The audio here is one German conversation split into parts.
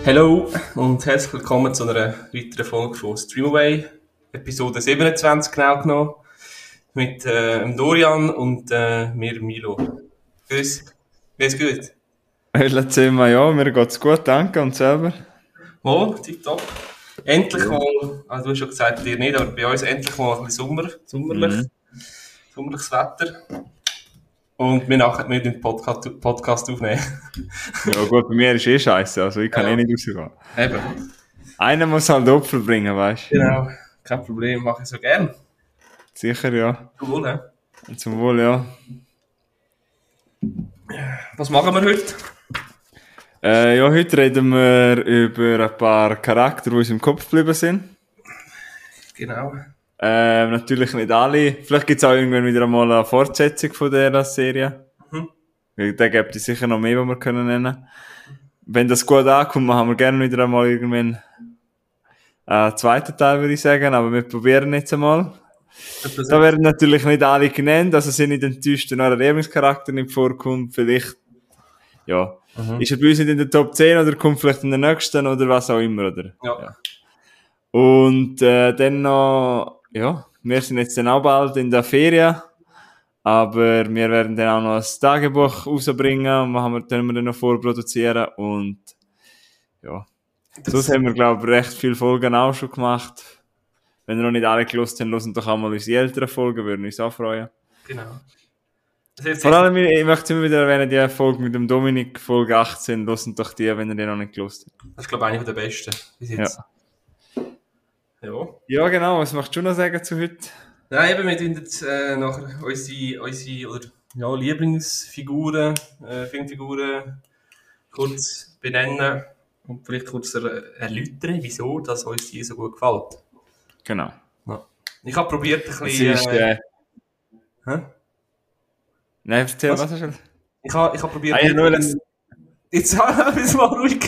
Hallo und herzlich willkommen zu einer weiteren Folge von Streamaway, Episode 27 genau genommen, mit dem Dorian und mir, Milo. Grüß, geht's gut? Letztes Mal ja, mir geht's gut, danke, und selber? Mal, tipptopp. Endlich Ja. mal, also du hast schon gesagt, dir nicht, aber bei uns endlich mal ein bisschen Mhm. sommerliches Wetter. Und wir nachher mit dem Podcast aufnehmen. Ja gut, bei mir ist scheiße, also ich kann Ja, nicht rausgehen. eben. Einer muss halt Opfer bringen, weißt du? Genau, kein Problem, mache ich so gern. Sicher, ja. Du wohl, hä? Zum Wohl, ja. Was machen wir heute? Ja, heute reden wir über ein paar Charaktere, die uns im Kopf geblieben sind. Genau. Natürlich nicht alle. Vielleicht gibt's auch irgendwann wieder einmal eine Fortsetzung von dieser Serie. Mhm. Da gibt es sicher noch mehr, die wir können nennen. Wenn das gut ankommt, machen wir gerne wieder einmal irgendwann einen zweiten Teil, würde ich sagen, aber wir probieren jetzt einmal. Da werden natürlich nicht alle genannt, also sind nicht enttäuscht, wenn euer Lieblingscharakter nicht vorkommt. Vielleicht, ja, ist er bei uns nicht in der Top 10 oder kommt vielleicht in der nächsten oder was auch immer, oder? Ja. Ja. Und dann noch, ja, wir sind jetzt dann auch bald in der Ferien, aber wir werden dann auch noch ein Tagebuch rausbringen und können wir dann noch vorproduzieren und ja. Sonst haben wir, glaube ich, recht viele Folgen auch schon gemacht. Wenn ihr noch nicht alle gelost habt, hören doch auch mal unsere älteren Folgen, würden uns auch freuen. Genau. Vor allem, ich möchte immer wieder erwähnen, die Folge mit dem Dominik, Folge 18, hören doch die, wenn ihr die noch nicht gelost habt. Das ist, glaube ich, eine der besten bis jetzt. Ja. Ja. Ja, genau. Was möchtest du noch sagen zu heute? Nein, eben, wir tun jetzt nachher unsere oder, ja, Lieblingsfiguren, Filmfiguren kurz benennen und vielleicht kurz erläutern, wieso dass uns die so gut gefällt. Genau. Ja. Ich habe probiert, ein Es bisschen... ist, hä? Nein, erzähl, was Was? hast du? Ich habe probiert, Ja, nicht... nur das. Jetzt bist mal ruhig.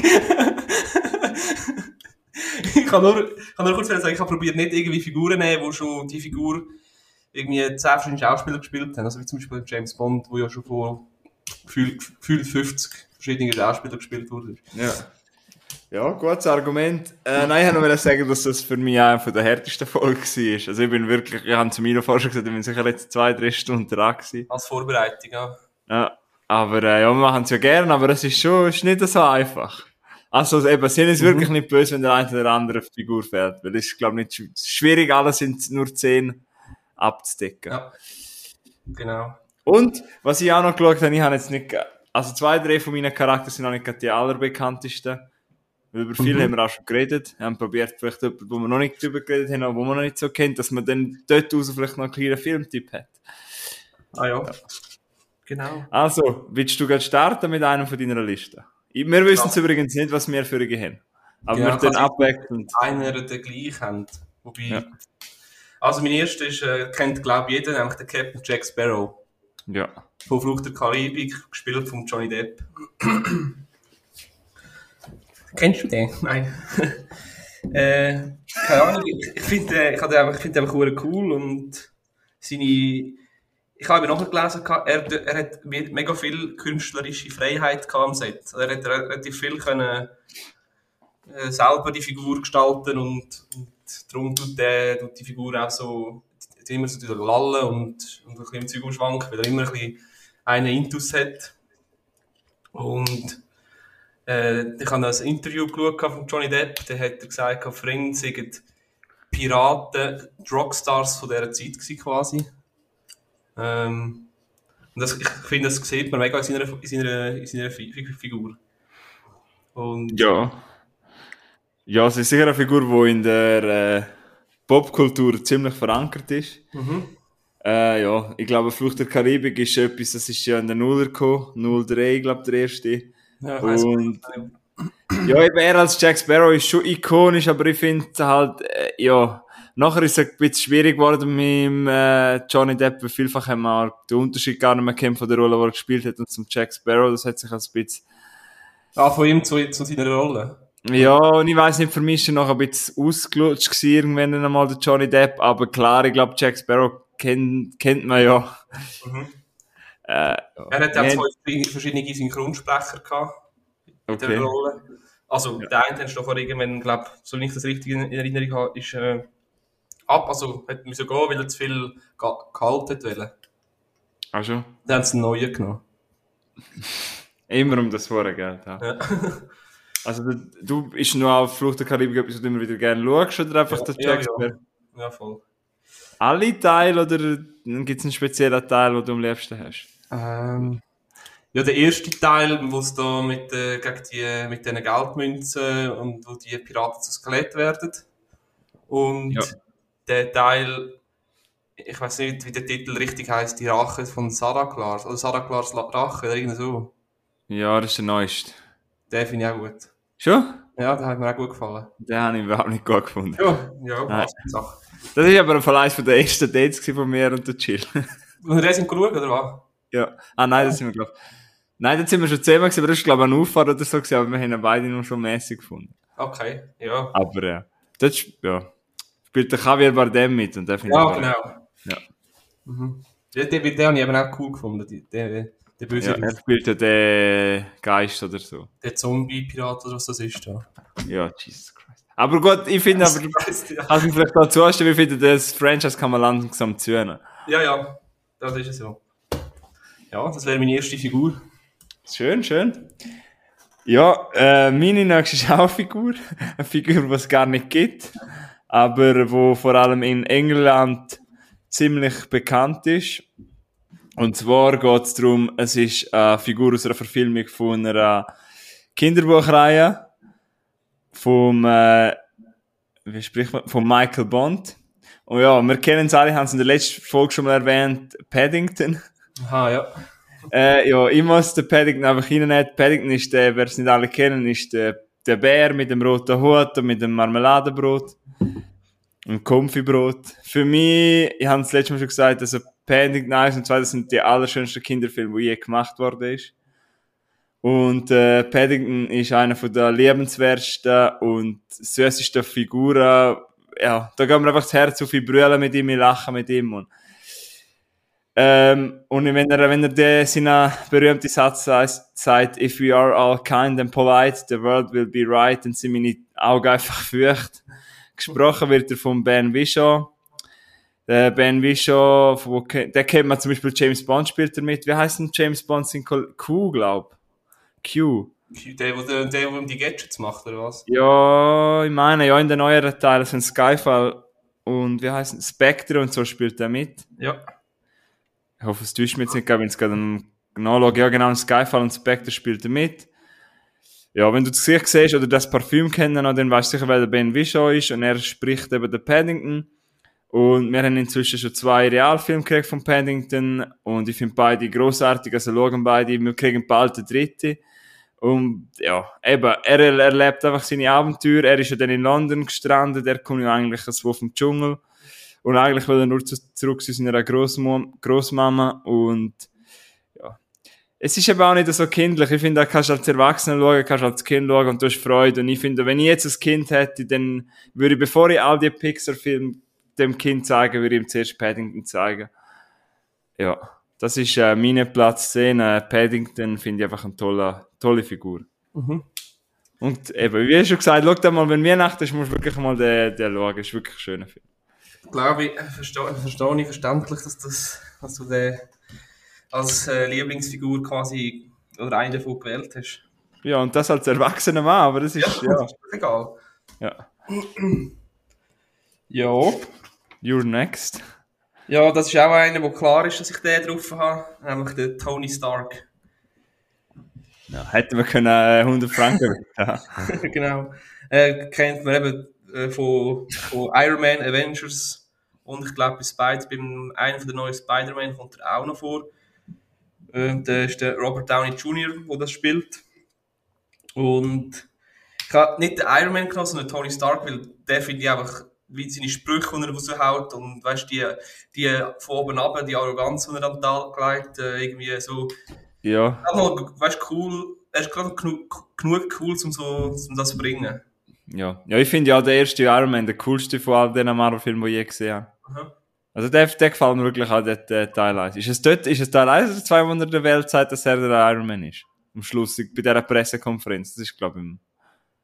Ich kann nur kurz sagen, ich habe probiert, nicht irgendwie Figuren zu nehmen, wo schon die Figur irgendwie 10 verschiedene Schauspieler gespielt haben. Also wie zum Beispiel James Bond, wo ja schon vor gefühlt 50 verschiedene Schauspieler gespielt wurde. Ja. Ja, gutes Argument. Nein, ich wollte nur sagen, dass das für mich eine der härtesten Folgen war. Also ich bin wirklich, ich habe zu mir vorher schon gesagt, ich bin sicher jetzt 2-3 Stunden dran gewesen. Als Vorbereitung, ja. Ja, aber ja, wir machen es ja gerne, aber es ist nicht so einfach. Also eben, sind es wirklich nicht böse, wenn der eine oder andere Figur fehlt, weil es ist, glaube ich, nicht schwierig, alles sind nur 10 abzudecken. Ja, genau. Und, was ich auch noch geschaut habe, ich habe jetzt nicht, also 2-3 von meinen Charakteren sind auch nicht gerade die allerbekanntesten. Über viele haben wir auch schon geredet, haben probiert, vielleicht jemanden, wo wir noch nicht drüber geredet haben, aber wo man noch nicht so kennt, dass man dann dort raus vielleicht noch einen kleinen Filmtipp hat. Ah ja, genau. Also, willst du gerade starten mit einem von deiner Liste? Wir wissen es übrigens nicht, was wir für eine haben. Aber Genau, wir tun abwechselnd. einer der gleich haben. Wobei, Ja. also mein erster ist, kennt glaube ich jeder, nämlich der Captain Jack Sparrow. Ja. Von Fluch der Karibik, gespielt von Johnny Depp. Kennst du den? Nein. Keine Ahnung, ich finde ich find einfach cool und seine... Ich habe eben nachgelesen, er hat mega viel künstlerische Freiheit gehabt am Set. Er hat relativ viel können, selber die Figur gestalten und darum tut die Figur auch so immer so lallen und ein bisschen im Zeug umschwanken, weil er immer ein bisschen einen Intus hat. Und ich habe ein Interview geschaut von Johnny Depp, der hat gesagt, für ihn seien Piraten die Rockstars von dieser Zeit gewesen, quasi. Und ich finde, das sieht man mega in seiner Figur. Und Ja. Ja, es ist sicher eine Figur, die in der Popkultur ziemlich verankert ist. Ja, ich glaube, Fluch der Karibik ist etwas, das ist ja in den Nuller gekommen. 03, glaube ich, der erste. ja, ich weiss Und nicht. ja, eben er als Jack Sparrow ist schon ikonisch, aber ich finde halt, ja, nachher ist es ein bisschen schwierig geworden mit dem, Johnny Depp, weil vielfach haben wir auch den Unterschied gar nicht mehr kennt von der Rolle, die er gespielt hat, und zum Jack Sparrow, das hat sich ein bisschen, Von ihm zu seiner Rolle. ja, und ich weiss nicht, für mich ist er noch ein bisschen ausgelutscht gewesen, irgendwann einmal der Johnny Depp, aber klar, ich glaube, Jack Sparrow kennt man ja. Er hat ja 2 verschiedene Synchronsprecher gehabt in der Rolle. Also, Ja. der eine hast du doch irgendwann, glaube ich, so ich das richtig in Erinnerung habe, ist also hat müssen gehen, weil er zu viel Gehalt hat wollen. Ach schon? Dann haben sie einen neuen genommen. Immer um das Vorgeld, ja. Ja, Also du bist nur auf Flucht der Karibik etwas, was du immer wieder gerne schaust, oder einfach der ja, Shakespeare? ja, voll. Alle Teile, oder gibt es einen speziellen Teil, den du am liebsten hast? Ja, der erste Teil, wo es da mit diesen Geldmünzen und wo die Piraten zu Skelett werden. Und Ja. der Teil, ich weiß nicht, wie der Titel richtig heißt, die Rache von Sarah-Clars. Oder Sarah-Clars Rache, oder irgendwie so. Ja, das ist der neueste. Den finde ich auch gut. Schon? Ja, der hat mir auch gut gefallen. Den habe ich überhaupt nicht gut gefunden. Ja, Nein. Sache. Das war aber von eines der ersten Dates von mir und der Chill. Und wir sind geschaut, oder was? Ja. Ah nein, das sind wir, glaube ich. Nein, das sind wir schon zusammen gewesen, aber das ist, glaube ich, eine Auffahrt oder so gewesen, aber wir haben ihn beide noch schon mäßig gefunden. Okay, ja. Aber ja. Das spielt der Javier Bardem mit und der finde Ja, ich genau. Ja. Mhm. Den habe ich eben auch cool gefunden, der böse, Ja, er spielt ja den Geist oder so. der Zombie-Pirat oder was das ist da. Ja, Jesus Christ. Aber gut, ich finde aber, Ja. kannst du mich vielleicht dazu zustimmen, ich finde, das Franchise kann man langsam zuhören. Ja, das ist es so. Ja, das wäre meine erste Figur. Schön, schön. Ja, meine nächste ist auch eine Figur. Eine Figur, die es gar nicht gibt. Aber wo vor allem in England ziemlich bekannt ist. Und zwar geht es darum, es ist eine Figur aus einer Verfilmung von einer Kinderbuchreihe vom, wie spricht man, von Michael Bond. Und ja, wir kennen es alle, haben es in der letzten Folge schon mal erwähnt, Paddington. Aha, ja. Ja, ich muss den Paddington einfach reinnehmen. Paddington ist der, wer es nicht alle kennen, ist der Bär mit dem roten Hut und mit dem Marmeladenbrot. Und Comfybrot. Für mich, ich habe es letztes Mal schon gesagt, also Paddington 1 und 2, das sind die allerschönsten Kinderfilme, die je gemacht worden ist. Und Paddington ist einer von der liebenswertesten und süßesten Figuren. Ja, da geht mir einfach das Herz auf, ich brülle mit ihm, ich lache mit ihm. Und wenn er seinen berühmten Satz sagt, if we are all kind and polite, the world will be right, und sind meine Augen einfach feucht. Gesprochen wird er von Ben Whishaw. Ben Whishaw, der kennt man zum Beispiel, James Bond spielt er mit. Wie heißt denn James Bond? Q, glaub. Q. Der um die Gadgets macht, oder was? Ja, ich meine, ja, in den neueren Teilen sind Skyfall und wie heißt es? Spectre und so spielt er mit. Ja. Ich hoffe, es täuscht mich jetzt nicht, wenn es gerade nachschaue. Ja, genau, Skyfall und Spectre spielt er mit. Ja, wenn du das Gesicht siehst oder das Parfüm kennen, dann weißt du sicher, wer der Ben Whishaw ist und er spricht eben den Paddington. Und wir haben inzwischen schon 2 Realfilme gekriegt von Paddington und ich finde beide grossartig, also schauen beide, wir kriegen bald den 3. Und ja, eben, er erlebt einfach seine Abenteuer, er ist ja dann in London gestrandet, er kommt ja eigentlich so vom Dschungel und eigentlich will er nur zurück zu seiner Großmama und ja, es ist eben auch nicht so kindlich, ich finde, da kannst du als Erwachsener schauen, kannst du als Kind schauen und du hast Freude und ich finde, wenn ich jetzt ein Kind hätte, dann würde ich, bevor ich all die Pixar-Filme dem Kind zeigen, würde ich ihm zuerst Paddington zeigen. Ja, das ist meine Platz 10. Paddington finde ich einfach eine tolle Figur. Mhm. Und eben, wie schon gesagt, schau da mal, wenn Weihnachten ist, musst du wirklich mal den schauen. Das ist wirklich ein schöner Film. Glaube ich, verstehe ich verständlich, dass du den als Lieblingsfigur quasi oder einen davon gewählt hast. Ja, und das als erwachsener Mann, aber das ist, ja. Das ist egal. Ja. Ja. You're next. Ja, das ist auch einer, wo klar ist, dass ich den drauf habe, nämlich der Tony Stark. Ja, hätten wir können 100 Franken. Ja. Genau. Kennt man eben von Iron Man, Avengers und ich glaube bei einem von den neuen Spider-Man kommt er auch noch vor. Da ist der Robert Downey Jr., der das spielt. Und ich habe nicht den Iron Man genommen, sondern Tony Stark, weil der finde ich einfach, wie seine Sprüche, die er raushaut und weißt, die von oben runter, die Arroganz, die er an den Tag legt, irgendwie so. Ja. Aber, weißt du, cool, er ist gerade genug cool, um das zu bringen. Ja, ich finde ja der erste Iron Man der coolste von all den Marvel-Filmen, die ich je gesehen habe. Aha. Also der gefällt mir wirklich auch, der Teil 1. Ist es Teil 1 oder 2, wo er der Welt sagt, dass er der Iron Man ist? Am Schluss, bei dieser Pressekonferenz. Das ist, glaube ich,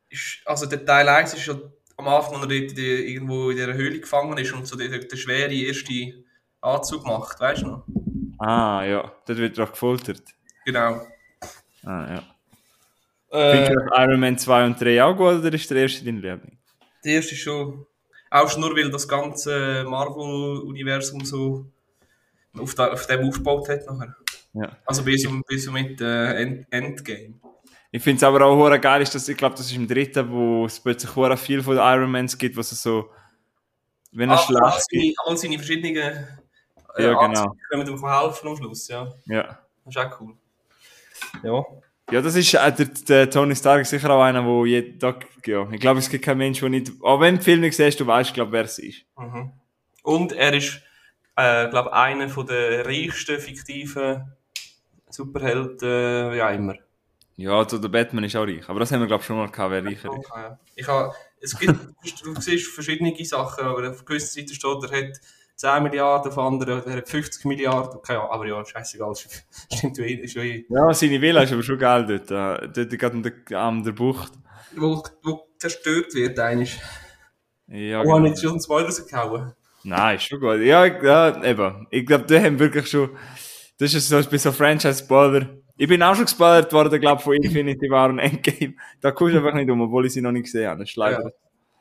Also der Teil 1 ist ja am Anfang, wo er dort irgendwo in dieser Höhle gefangen ist und so der schwere erste Anzug macht, weißt du noch? Ah, ja. Dort wird er auch gefoltert. Genau. Ah, ja. Äh, Findest du Iron Man 2 und 3 auch gut oder ist der erste dein Liebling? der erste ist schon. Auch schon nur, weil das ganze Marvel-Universum so auf dem aufgebaut hat nachher. Ja. Also bis mit Endgame. Ich finde es aber auch hure geil, ist, dass ich glaube, das ist im dritten, wo es plötzlich hure viel von den Iron Mans gibt, was es so, wenn er Schlacht gibt. All seine verschiedenen Ja, Anzüge genau. können ihm helfen am Schluss, ja. Ja. Das ist auch cool. Ja. Ja, das ist der Tony Stark ist sicher auch einer, wo jeden Tag, ja, ich glaube, es gibt keinen Mensch, der nicht, auch wenn du den Film nicht siehst, du weißt, glaube wer es ist. Mhm. Und er ist, glaube einer der reichsten fiktiven Superhelden, wie auch immer. Ja, also der Batman ist auch reich, aber das haben wir, glaube ich, schon mal gehabt, wer reicher ist. Okay. Es gibt, du siehst verschiedene Sachen, aber auf gewisser Seite steht, er hat 10 Milliarden, auf anderen, er hat 50 Milliarden, keine Ahnung, aber ja, scheißegal, stimmt schon Ja, seine Villa ist aber schon geil dort, dort gerade an der Bucht. wo zerstört wird, eigentlich. Ja, Oh, habe genau. ich jetzt schon einen Spoiler rausgehauen? Nein, ist schon gut. Ja, ja, eben. Ich glaube, die haben wirklich schon, das ist so bei so Franchise-Spoiler. Ich bin auch schon gespoilert worden, glaube von Infinity War und Endgame. Da kommst du einfach nicht um, obwohl ich sie noch nicht gesehen habe. Das ist leider. Ja,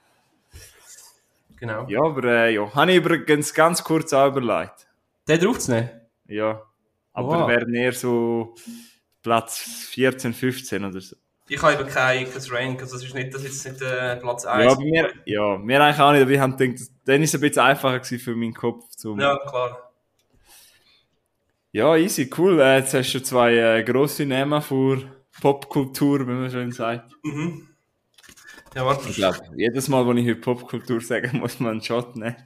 genau. Ja, aber ja. Habe ich übrigens ganz kurz auch überlegt. Den draufzunehmen? Ja. Aber Wow. wären eher so Platz 14, 15 oder so. Ich habe eben kein Rank, also das ist jetzt nicht Platz 1. Ja, bei mir, ja, mir eigentlich auch nicht, aber ich habe gedacht, dann ist es ein bisschen einfacher gewesen für meinen Kopf. Ja, klar. Ja, easy, cool. Jetzt hast du zwei grosse Namen für Popkultur, wie man schön sagt. Mhm. Ja, warte. Ich glaube, jedes Mal, wenn ich heute Popkultur sage, muss man einen Shot nehmen.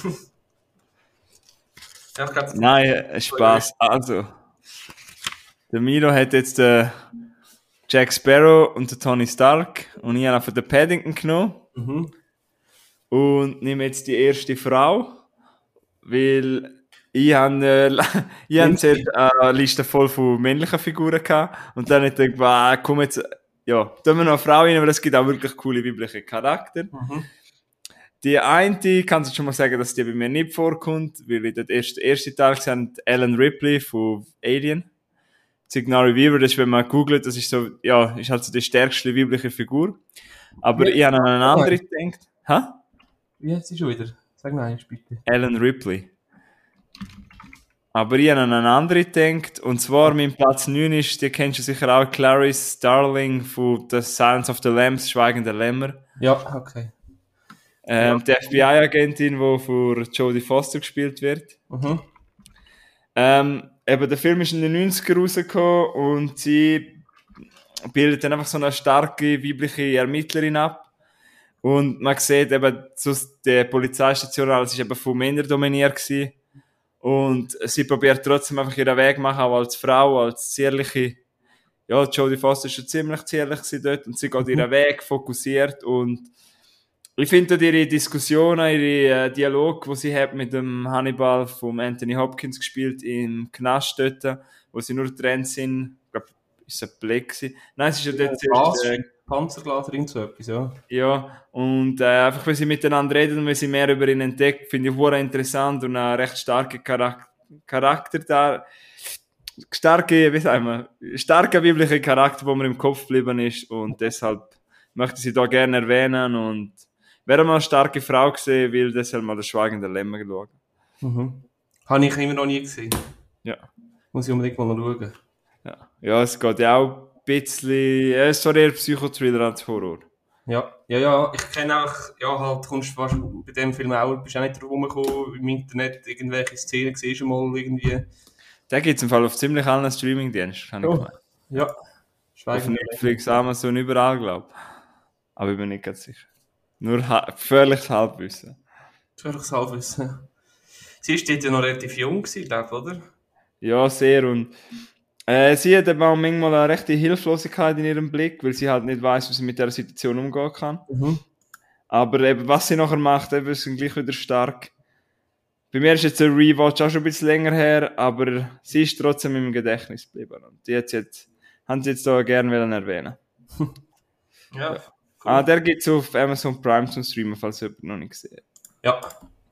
Ja, ich glaube, Nein, Spaß. Also, der Milo hat jetzt den Jack Sparrow und den Tony Stark und ich habe einfach den Paddington genommen mhm. und nehme jetzt die erste Frau, weil ich habe zuerst eine Liste voll von männlichen Figuren gehabt und dann habe ich gedacht, komm jetzt, ja, tun wir noch eine Frau rein, weil es gibt auch wirklich coole weibliche Charakter. Mhm. Die eine, kannst du schon mal sagen, dass die bei mir nicht vorkommt, weil ich den ersten Teil gesehen habe, Ellen Ripley von Alien. Sigourney Weaver, das ist, wenn man googelt, das ist so, ja, ist halt so die stärkste weibliche Figur. Aber ich habe an eine andere gedacht. Hä? Wie heißt sie schon wieder? Sag nein, bitte. Ellen Ripley. Aber ich habe an eine andere gedacht, und zwar mein Platz 9 ist, die kennst du sicher auch, Clarice Starling von The Silence of the Lambs, Schweigen der Lämmer. Ja, okay. Die FBI-Agentin, die von Jodie Foster gespielt wird. Mhm. Eben, der Film ist in den 90ern rausgekommen und sie bildet dann einfach so eine starke weibliche Ermittlerin ab. Und man sieht eben, die Polizeistation alles ist eben von Männern dominiert gewesen. Und sie probiert trotzdem einfach ihren Weg zu machen, auch als Frau, als zierliche. Ja, Jodie Foster ist schon ziemlich zierlich dort und sie geht ihren Weg, fokussiert. Und ich finde ihre Diskussionen, ihre Dialog, die sie hat mit dem Hannibal von Anthony Hopkins gespielt im Knast dort, wo sie nur getrennt sind. Ich glaube, ist es ein Blick gewesen? Nein, es ist ja dort zuerst, Panzerglas oder so etwas, ja. ja, und einfach, wenn sie miteinander reden und wenn sie mehr über ihn entdeckt, finde ich sehr interessant und ein recht starker Charakter da. Starker weiblicher Charakter, der mir im Kopf geblieben ist und deshalb möchte ich sie da gerne erwähnen und wer mal eine starke Frau gesehen will, der soll mal das Schweigen der Lämmer schauen. Mhm. Habe ich immer noch nie gesehen. Ja. Muss ich unbedingt mal schauen. Ja, es geht ja auch ein bisschen, es ist so eher Psychothriller als Horror. Ja, ich kenne auch, ja, halt, kommst fast bei dem Film auch, bist auch nicht drum gekommen, im Internet irgendwelche Szenen gesehen schon mal irgendwie. Der gibt es im Fall auf ziemlich allen Streaming-Diensten, habe ich gemeint. Ja. Auf Netflix, Amazon, überall, glaube ich. Aber ich bin nicht ganz sicher. Nur gefährliches Halbwissen. Gefährliches Halbwissen. Sie war dort ja noch relativ jung, glaube ich, oder? Ja, sehr. Und sie hat aber auch manchmal eine rechte Hilflosigkeit in ihrem Blick, weil sie halt nicht weiss, wie sie mit dieser Situation umgehen kann. Mhm. Aber eben, was sie nachher macht, eben, ist gleich wieder stark. Bei mir ist jetzt der Rewatch auch schon ein bisschen länger her, aber sie ist trotzdem im Gedächtnis geblieben. Und die haben sie jetzt da gerne erwähnen. Ja, Ah, der gibt es auf Amazon Prime zum Streamen, falls jemand noch nicht gesehen hat. Ja.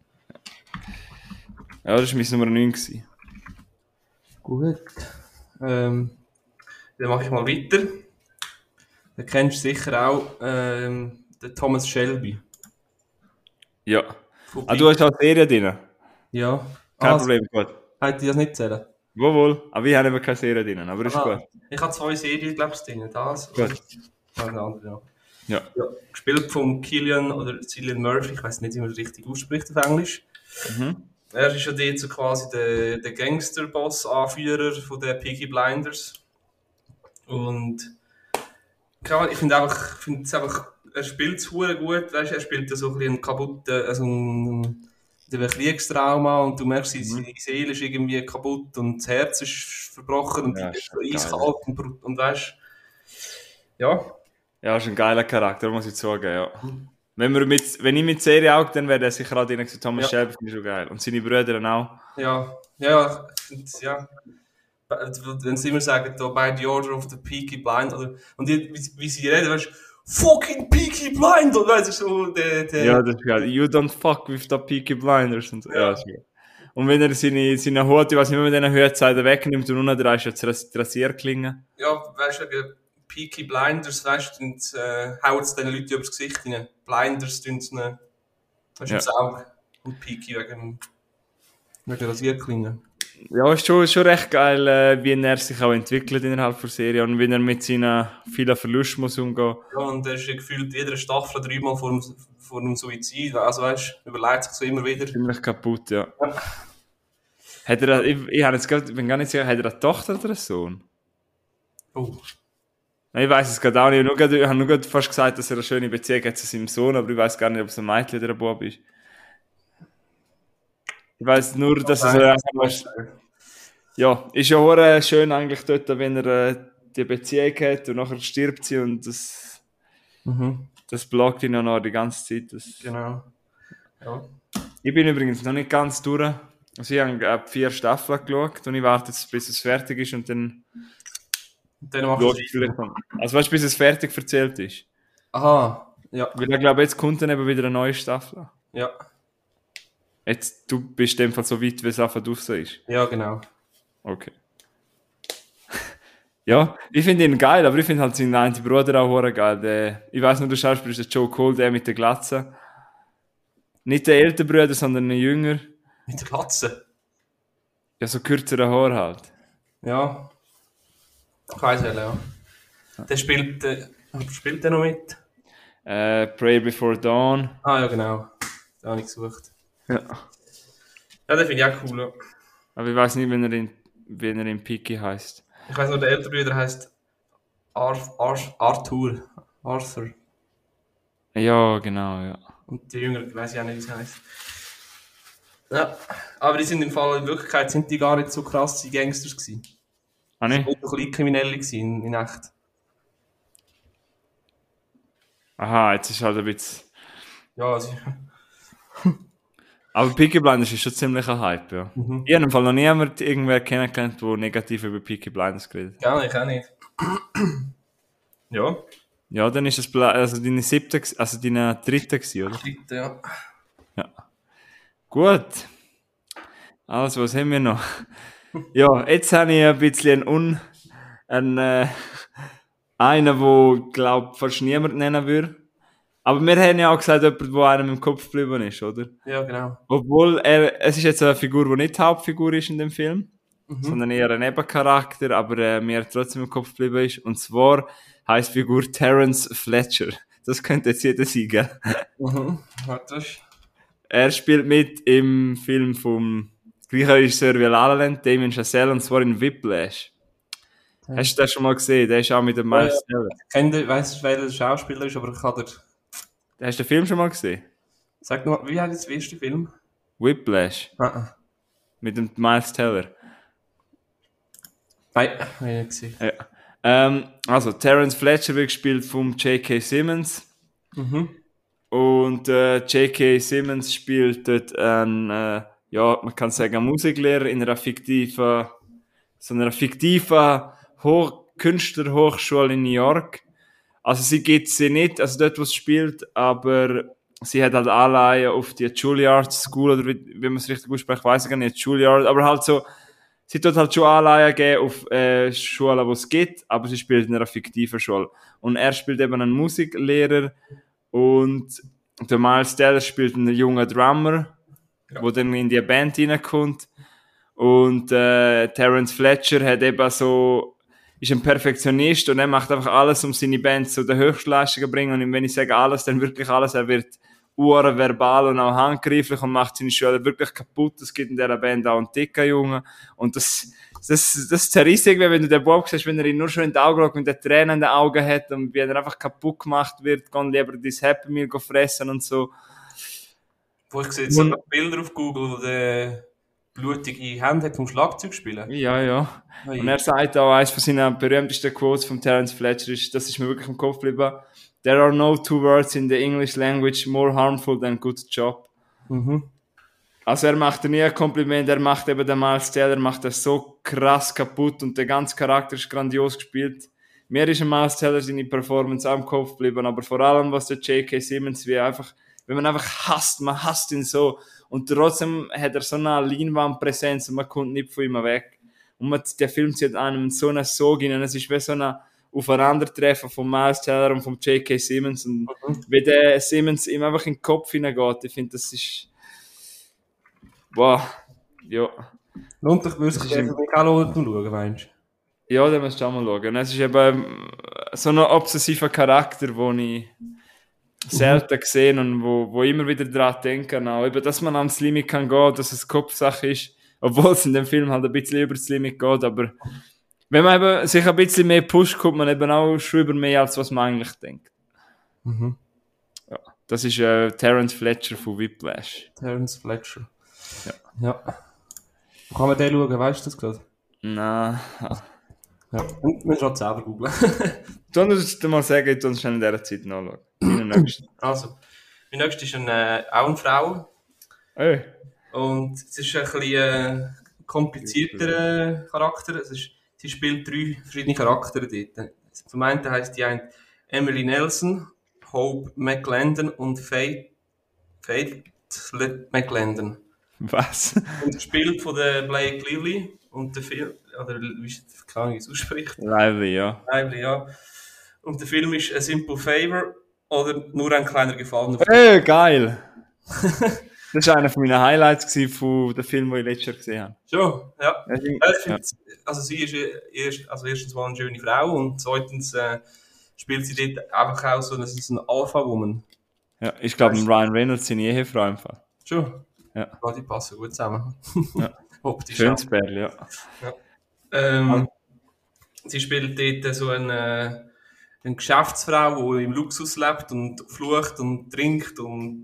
Ja, das war mein Nummer 9 gewesen. Gut. Dann mache ich mal weiter. Den kennst du sicher auch, den Thomas Shelby. Ja. Du hast auch Serien drin? Ja. Kein Problem, gut. Hätte ich das nicht zählen? Wohl, aber ich habe eben keine Serie drin, aber ist gut. Ich habe 2 Serien, glaube ich, drin. Das gut. Und eine andere, ja. Gespielt von Cillian Murphy, ich weiß nicht, wie man das richtig ausspricht auf Englisch. Mhm. Er ist ja dort so quasi der Gangster-Boss-Anführer von den Peaky Blinders. Und ich finde es einfach, er spielt es gut, weißt, er spielt so ein bisschen einen kaputten, also ein Kriegstrauma und du merkst, seine Seele ist irgendwie kaputt und das Herz ist verbrochen und die ist so eiskalt und weißt, ja. Ja, ist ein geiler Charakter, muss ich sagen, ja. Wenn ich mit Serie auch, dann wäre der sicher auch drin gewesen. Thomas Shelby finde ich schon geil. Und seine Brüder dann auch. Ja. Wenn sie immer sagen, da by the order of the Peaky Blind, und wie sie reden, weißt du, fucking Peaky Blinders, weißt du, so Ja, das ist geil. You don't fuck with the Peaky Blinders. Und so. Ja, das ist geil. Und wenn er seine Hut, ich weiß nicht, wenn man den Hutseiten wegnimmt und unten dran ist ja die Rasierklinge. Ja, weißt du, Peaky Blinders, weißt du, hauen es den Leuten übers Gesicht rein. Blinders tun es ihnen, weißt du, aufs Auge. Und Peaky wegen der Rasierklinge. Ja, ist schon recht geil, wie er sich auch entwickelt innerhalb der Serie und wie er mit seinen vielen Verlusten muss umgehen. Ja, und er ist gefühlt jeder Staffel 3-mal vor dem Suizid. Also weißt du, überlegt sich so immer wieder. Ziemlich kaputt, ja. Hat er, ich habe jetzt bin gar nicht sicher, hat er eine Tochter oder einen Sohn? Oh. Ich weiß es gerade auch nicht. Ich habe nur fast gesagt, dass er eine schöne Beziehung hat zu seinem Sohn, aber ich weiß gar nicht, ob es ein Mädchen oder ein Bub ist. Ich weiß nur, dass es ja, ist ja auch schön eigentlich dort, wenn er die Beziehung hat und nachher stirbt sie und das blockt ihn ja noch die ganze Zeit. Genau. Ja. Ich bin übrigens noch nicht ganz durch. Also ich habe 4 Staffeln geschaut und ich warte jetzt, bis es fertig ist und dann machst du es. Also weißt du, bis es fertig erzählt ist. Aha, ja. Weil ich glaube, jetzt kommt dann eben wieder eine neue Staffel. Ja. Jetzt, du bist in dem Fall so weit, wie es einfach draussen ist. Ja, genau. Okay. Ja, ich finde ihn geil, aber ich finde halt seinen einen Bruder auch geil. Ich weiss nur, der Schauspieler ist der Joe Cole, der mit der Glatze. Nicht der ältere Bruder, sondern ein jünger. Mit der Glatze? Ja, so kürzere Haar halt. Ja. Ich weiss ja. Der spielt der noch mit? Pray Before Dawn. Ah ja, genau. Da habe ich gesucht. Ja. Ja, den finde ich auch cool. Ja. Aber ich weiss nicht, wie er in Peaky heisst. Ich weiss nur, der ältere Bruder heisst Arthur. Ja, genau, ja. Und die Jüngeren weiss ich auch nicht, wie es heisst. Ja, aber die sind im Fall, in Wirklichkeit sind die gar nicht so krasse Gangsters gewesen. Ah, ne? Die waren doch Kleinkriminelle gewesen, in echt. Aha, jetzt ist halt ein bisschen... Ja, also... Aber Peaky Blinders ist schon ziemlich ein Hype, ja. Ich habe im Fall noch niemand irgendwer kennengelernt, der negativ über Peaky Blinders geredet hat. Ja, ich auch nicht. Ja. Ja, dann ist es also deine 7., also deine 3. gewesen, oder? 3., ja. Ja. Gut. Also, was haben wir noch? Ja, jetzt habe ich ein bisschen einen, wo, glaube ich, fast niemand nennen würde. Aber wir haben ja auch gesagt, jemand, der einem im Kopf geblieben ist, oder? Ja, genau. Obwohl es ist jetzt eine Figur, die nicht die Hauptfigur ist in dem Film, sondern eher ein Nebencharakter, aber mir trotzdem im Kopf geblieben ist. Und zwar heisst die Figur Terence Fletcher. Das könnte jetzt jeder sein, gell? Warte. Er spielt mit im Film vom gleichen Regisseur wie La La Land, Damien Chazelle, und zwar in Whiplash. Hast du das schon mal gesehen? Der ist auch mit dem Miles Teller. Ich weiss, wer der Schauspieler ist, aber ich kann Hast du den Film schon mal gesehen? Sag nur, wie heißt der erste Film? Whiplash. Mit dem Miles Teller. Nein, habe ich nicht gesehen. Ja. Also, Terence Fletcher wird gespielt vom J.K. Simmons. Und J.K. Simmons spielt dort einen, man kann sagen, einen Musiklehrer in einer fiktiven Künstlerhochschule in New York. Also sie gibt sie nicht, also dort, wo sie spielt, aber sie hat halt Anleihen auf die Juilliard School, oder wie man es richtig ausspricht, weiss ich gar nicht, Juilliard, aber halt so, sie tut halt schon Anleihen geben auf Schulen, die es gibt, aber sie spielt in einer fiktiven Schule. Und er spielt eben einen Musiklehrer und der Miles Teller spielt einen jungen Drummer, der dann in die Band reinkommt. Und Terence Fletcher hat eben so, ist ein Perfektionist und er macht einfach alles, um seine Band zu den Höchstleistungen zu bringen. Und wenn ich sage alles, dann wirklich alles. Er wird verbal und auch handgreiflich und macht seine Schüler wirklich kaputt. Es gibt in dieser Band auch einen dicken Jungen. Und das zerriss irgendwie, wenn du den Bob siehst, wenn er ihn nur schon in die Augen schaut und der Tränen in den Augen hat und wie er einfach kaputt gemacht wird, kann lieber dein Happy Meal fressen und so. Wo ich sehe jetzt Bilder auf Google, wo der blutige Hände hat vom Schlagzeug spielen. Ja. Und er sagt auch, eines von seinen berühmtesten Quotes von Terence Fletcher ist, das ist mir wirklich im Kopf geblieben: There are no two words in the English language more harmful than good job. Mhm. Also er macht nie ein Kompliment, er macht eben den Miles Teller, macht das so krass kaputt und der ganze Charakter ist grandios gespielt. Mir ist ein Miles Teller seine Performance auch im Kopf geblieben, aber vor allem was der J.K. Simmons wie einfach, wenn man einfach hasst, man hasst ihn so und trotzdem hat er so eine Leinwandpräsenz und man kommt nicht von ihm weg. Und der Film zieht einem so einen Sog rein, es ist wie so ein Aufeinandertreffen von Miles Teller und von J.K. Simmons und wie der Simmons ihm einfach in den Kopf hineingeht, ich finde, das ist wow, ja. Lohnt dich, würde sich nicht auch lohnen zu schauen, meinst du? Ja, den musst du auch mal schauen. Es ist eben so ein obsessiver Charakter, den ich selten gesehen und wo immer wieder daran denke, auch eben, dass man ans Limit kann gehen, dass es Kopfsache ist, obwohl es in dem Film halt ein bisschen über das Limit geht, aber wenn man eben sich ein bisschen mehr pusht, kommt man eben auch schon über mehr, als was man eigentlich denkt. Mhm. Ja, das ist Terence Fletcher von Whiplash. Terence Fletcher. Ja. Wo kann man den schauen, weißt du das gerade? Nein. Ja. Und man schaut selber googeln. Du musst mal sagen, ich muss schnell in dieser Zeit nachschauen. Also, mein nächster ist auch eine Frau. Hey. Und es ist ein bisschen komplizierter Charakter. Sie spielt 3 verschiedene Charaktere dort. Zum einen heisst die eine Emily Nelson, Hope McLendon und Faith McLendon. Was? Und gespielt von der Blake Lively und der Film, oder wie es ausspricht. Lively, ja. Lively, ja. Und der Film ist A Simple Favor oder Nur ein kleiner Gefallen. Hey, geil! Das war einer meiner Highlights von dem Film, den ich letztes Jahr gesehen habe. Schon, ja. Ich finde, Ja. also sie ist erstens mal eine schöne Frau und zweitens spielt sie dort einfach auch so, das ist ein Alpha-Woman. Ja, ich glaube, Ryan Reynolds seine Ehefrau einfach. Schon? Ja. Ja, die passen gut zusammen. Ja. Optisch Schönes auch. Bärli, ja. Sie spielt dort so eine Geschäftsfrau, die im Luxus lebt und flucht und trinkt und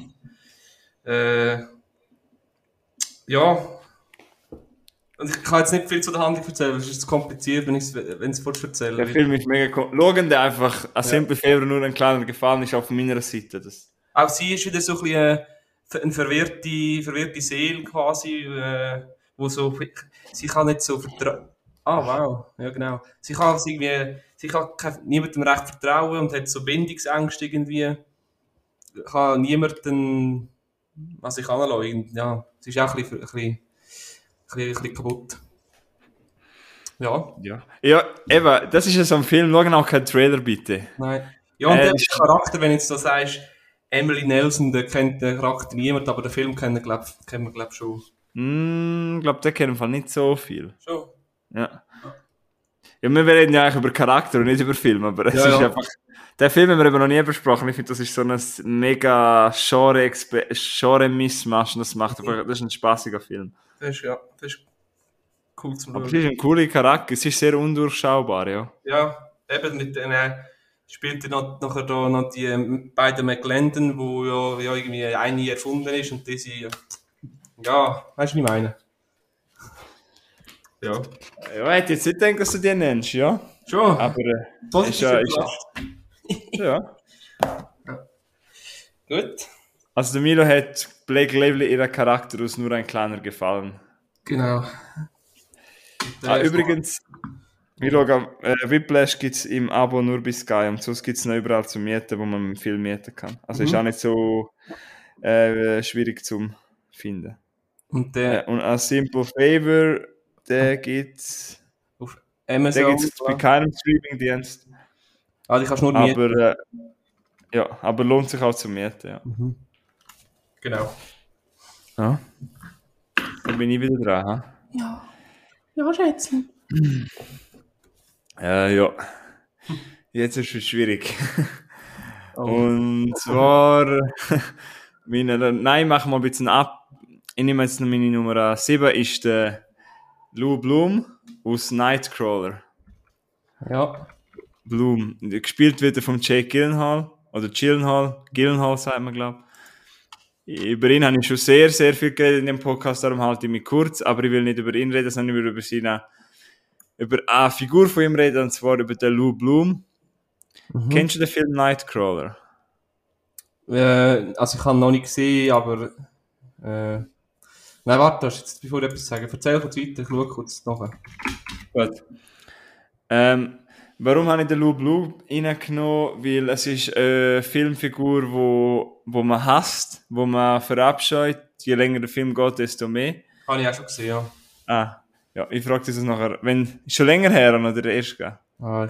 ja. Und ich kann jetzt nicht viel zu der Handlung erzählen, weil es ist zu kompliziert, wenn es erzähle. Der Film ist mega cool. Schauen der einfach, ein Simple Favor, nur ein kleiner Gefallen ist auf meiner Seite. Das. Auch sie ist wieder so ein bisschen eine verwirrte Seele quasi, wo so, sie kann nicht so vertrauen. Ah, wow, ja genau. Sie kann niemandem recht vertrauen und hat so Bindungsängste irgendwie. Kann niemanden an sich anlassen. Ja, sie ist auch ein bisschen kaputt. Ja. Ja, eben, das ist ja so ein Film, schauen auch keinen Trailer bitte. Nein. Ja, und der Charakter, wenn du jetzt so sagst, Emily Nelson, der kennt den Charakter niemand, aber den Film kennen wir, glaube ich, schon. Ich glaube, der kennt im Fall nicht so viel. Schon? Ja. Ja, wir reden ja eigentlich über Charakter und nicht über Film, aber es ist einfach... Den Film haben wir eben noch nie besprochen. Ich finde, das ist so ein mega Genre-Missmasch und das macht einfach... Das ist ein spaßiger Film. Das ist cool zum Schauen. Aber es ist ein cooler Charakter, es ist sehr undurchschaubar, ja. Ja, eben mit den... spielt er nachher da noch die beiden McLendon, wo ja irgendwie eine erfunden ist und diese... Ja, weißt du, wie ich meine? Ja. Ja, ich hätte jetzt nicht gedacht, dass du die nennst, ja. Schon. Aber ist ja. Gut. Also der Milo hat Blake Lively ihren Charakter aus Nur ein kleiner Gefallen. Genau. Übrigens, Ich schaue, Whiplash gibt es im Abo nur bei Sky und sonst gibt es noch überall zu mieten, wo man viel mieten kann. Also ist auch nicht so schwierig zum finden. Und der Und A Simple Favor, den gibt es auf Amazon. bei keinem Streaming-Dienst. Die kannst du nur mieten. Aber, aber lohnt sich auch zu mieten, ja. Genau. Ja. Dann bin ich wieder dran. Ja, Schätzchen. Ja. Jetzt ist es schwierig. Und zwar, nein, machen wir ein bisschen ab. Ich nehme jetzt noch meine Nummer 7, ist der Lou Bloom aus Nightcrawler. Ja. Bloom. Gespielt wird er von Jake Gyllenhaal. Oder Gyllenhaal sagt man, glaube ich. Über ihn habe ich schon sehr, sehr viel geredet in dem Podcast, darum halte ich mich kurz. Aber ich will nicht über ihn reden, sondern über eine Figur von ihm reden, und zwar über den Lou Bloom. Kennst du den Film Nightcrawler? Also ich habe ihn noch nicht gesehen, aber... Nein, warte, jetzt, bevor ich etwas sage. Erzähl kurz weiter, ich schaue kurz nachher. Gut. Warum habe ich den Lou Bloom reingenommen? Weil es ist eine Filmfigur, wo man hasst, wo man verabscheut. Je länger der Film geht, desto mehr. Habe ich auch schon gesehen, ja. Ja, ich frage dich das nachher. Ist schon länger her oder der erste?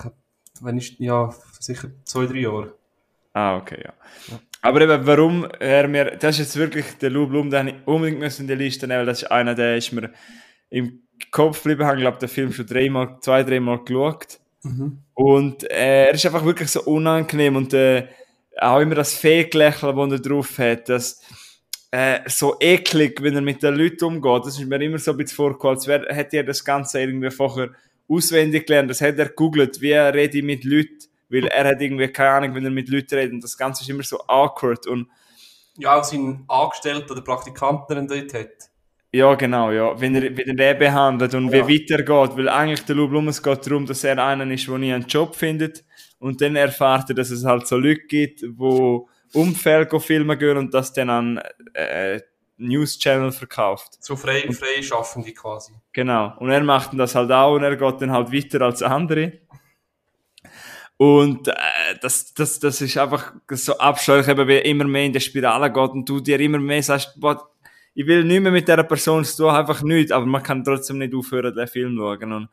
Sicher 2-3 Jahre. Okay, ja. Aber eben, warum das ist jetzt wirklich der Lou Bloom, den ich unbedingt in die Liste nehmen, weil das ist einer, der ist mir im Kopf geblieben, ich glaube, den Film schon 2-3 Mal geschaut. Und er ist einfach wirklich so unangenehm und auch immer das Fake-Lächeln, das er drauf hat, das so eklig, wenn er mit den Leuten umgeht, das ist mir immer so ein bisschen vorgekommen, als hätte er das Ganze irgendwie vorher auswendig gelernt, das hat er gegoogelt, wie rede ich mit Leuten, weil er hat irgendwie keine Ahnung, wenn er mit Leuten redet und das Ganze ist immer so awkward und ja, auch sein Angestellter oder Praktikanten dort hat. Ja, genau, ja. Wenn er den behandelt und wie weit er geht, weil eigentlich der Lou Bloom, es geht darum, dass er einer ist, der nie einen Job findet und dann erfährt er, dass es halt so Leute gibt, die Unfälle filmen gehen und das dann an News Channel verkauft. So Freischaffende quasi. Genau. Und er macht das halt auch und er geht dann halt weiter als andere. Und das ist einfach so abscheulich, eben, wie immer mehr in der Spirale geht und du dir immer mehr sagst, boah, ich will nicht mehr mit dieser Person zu tun, einfach nichts, aber man kann trotzdem nicht aufhören, den Film zu schauen. Und,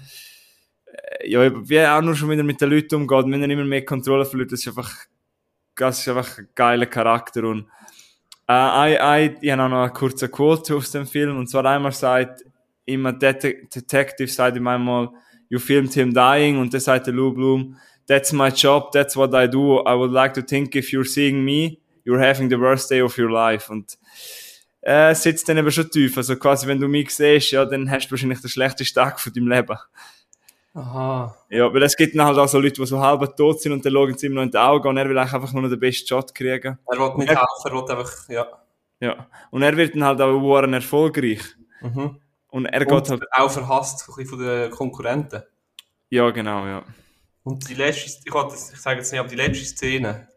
wie er auch nur schon wieder mit den Leuten umgeht, wenn er immer mehr Kontrolle verliert, das ist einfach ein geiler Charakter. Und ich habe auch noch eine kurze Quote aus dem Film, und zwar einmal sagt immer Detective, sagt ihm einmal, you filmed him dying, und dann sagt der Lou Bloom, that's my job, that's what I do, I would like to think if you're seeing me, you're having the worst day of your life. Und sitzt dann eben schon tief, also quasi, wenn du mich siehst, ja, dann hast du wahrscheinlich den schlechtesten Tag von deinem Leben. Aha. Ja, weil es gibt dann halt auch so Leute, die so halb tot sind und dann schauen sie ihm noch in die Augen und er will einfach nur noch den besten Shot kriegen. Er will nicht helfen, er will einfach, ja. Ja, und er wird dann halt auch erfolgreich. Und er geht halt auch verhasst von den Konkurrenten. Ja, genau, ja. Und die letzte, ich sage jetzt nicht, aber die letzte Szene.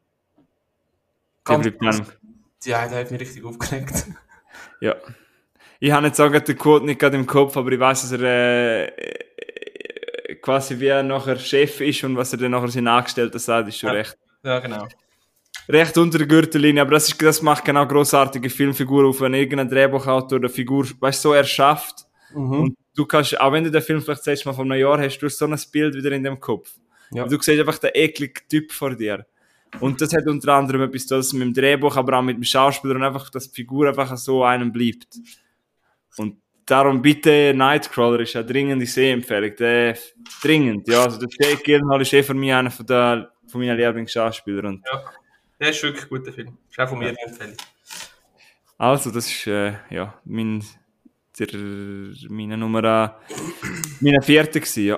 Die hat mich richtig aufgeregt. Ja. Ich habe jetzt auch den Quote nicht gerade im Kopf, aber ich weiss, dass er quasi wie er nachher Chef ist und was er dann nachher seinen Angestellten sagt, ist schon recht. Ja, genau. Recht unter der Gürtellinie, aber das macht genau grossartige Filmfiguren auf, wenn irgendein Drehbuchautor eine Figur, weißt du, so erschafft. Und du kannst, auch wenn du den Film vielleicht das letzte Mal vor einem Jahr hast, du hast so ein Bild wieder in dem Kopf. Ja. Du siehst einfach den ekligen Typ vor dir. Und das hat unter anderem etwas zu tun mit dem Drehbuch, aber auch mit dem Schauspieler und einfach, dass die Figur einfach so einem bleibt. Und darum bitte, Nightcrawler ist eine dringende Sehempfehlung. Dringend, ja. Also der Jake Gyllenhaal ist für mich einer von meinen Lieblingsschauspielern. Ja, der ist wirklich ein guter Film. Ist auch von mir eine Empfehlung. Also, das ist, meine Nummer, meine 4. gewesen, ja.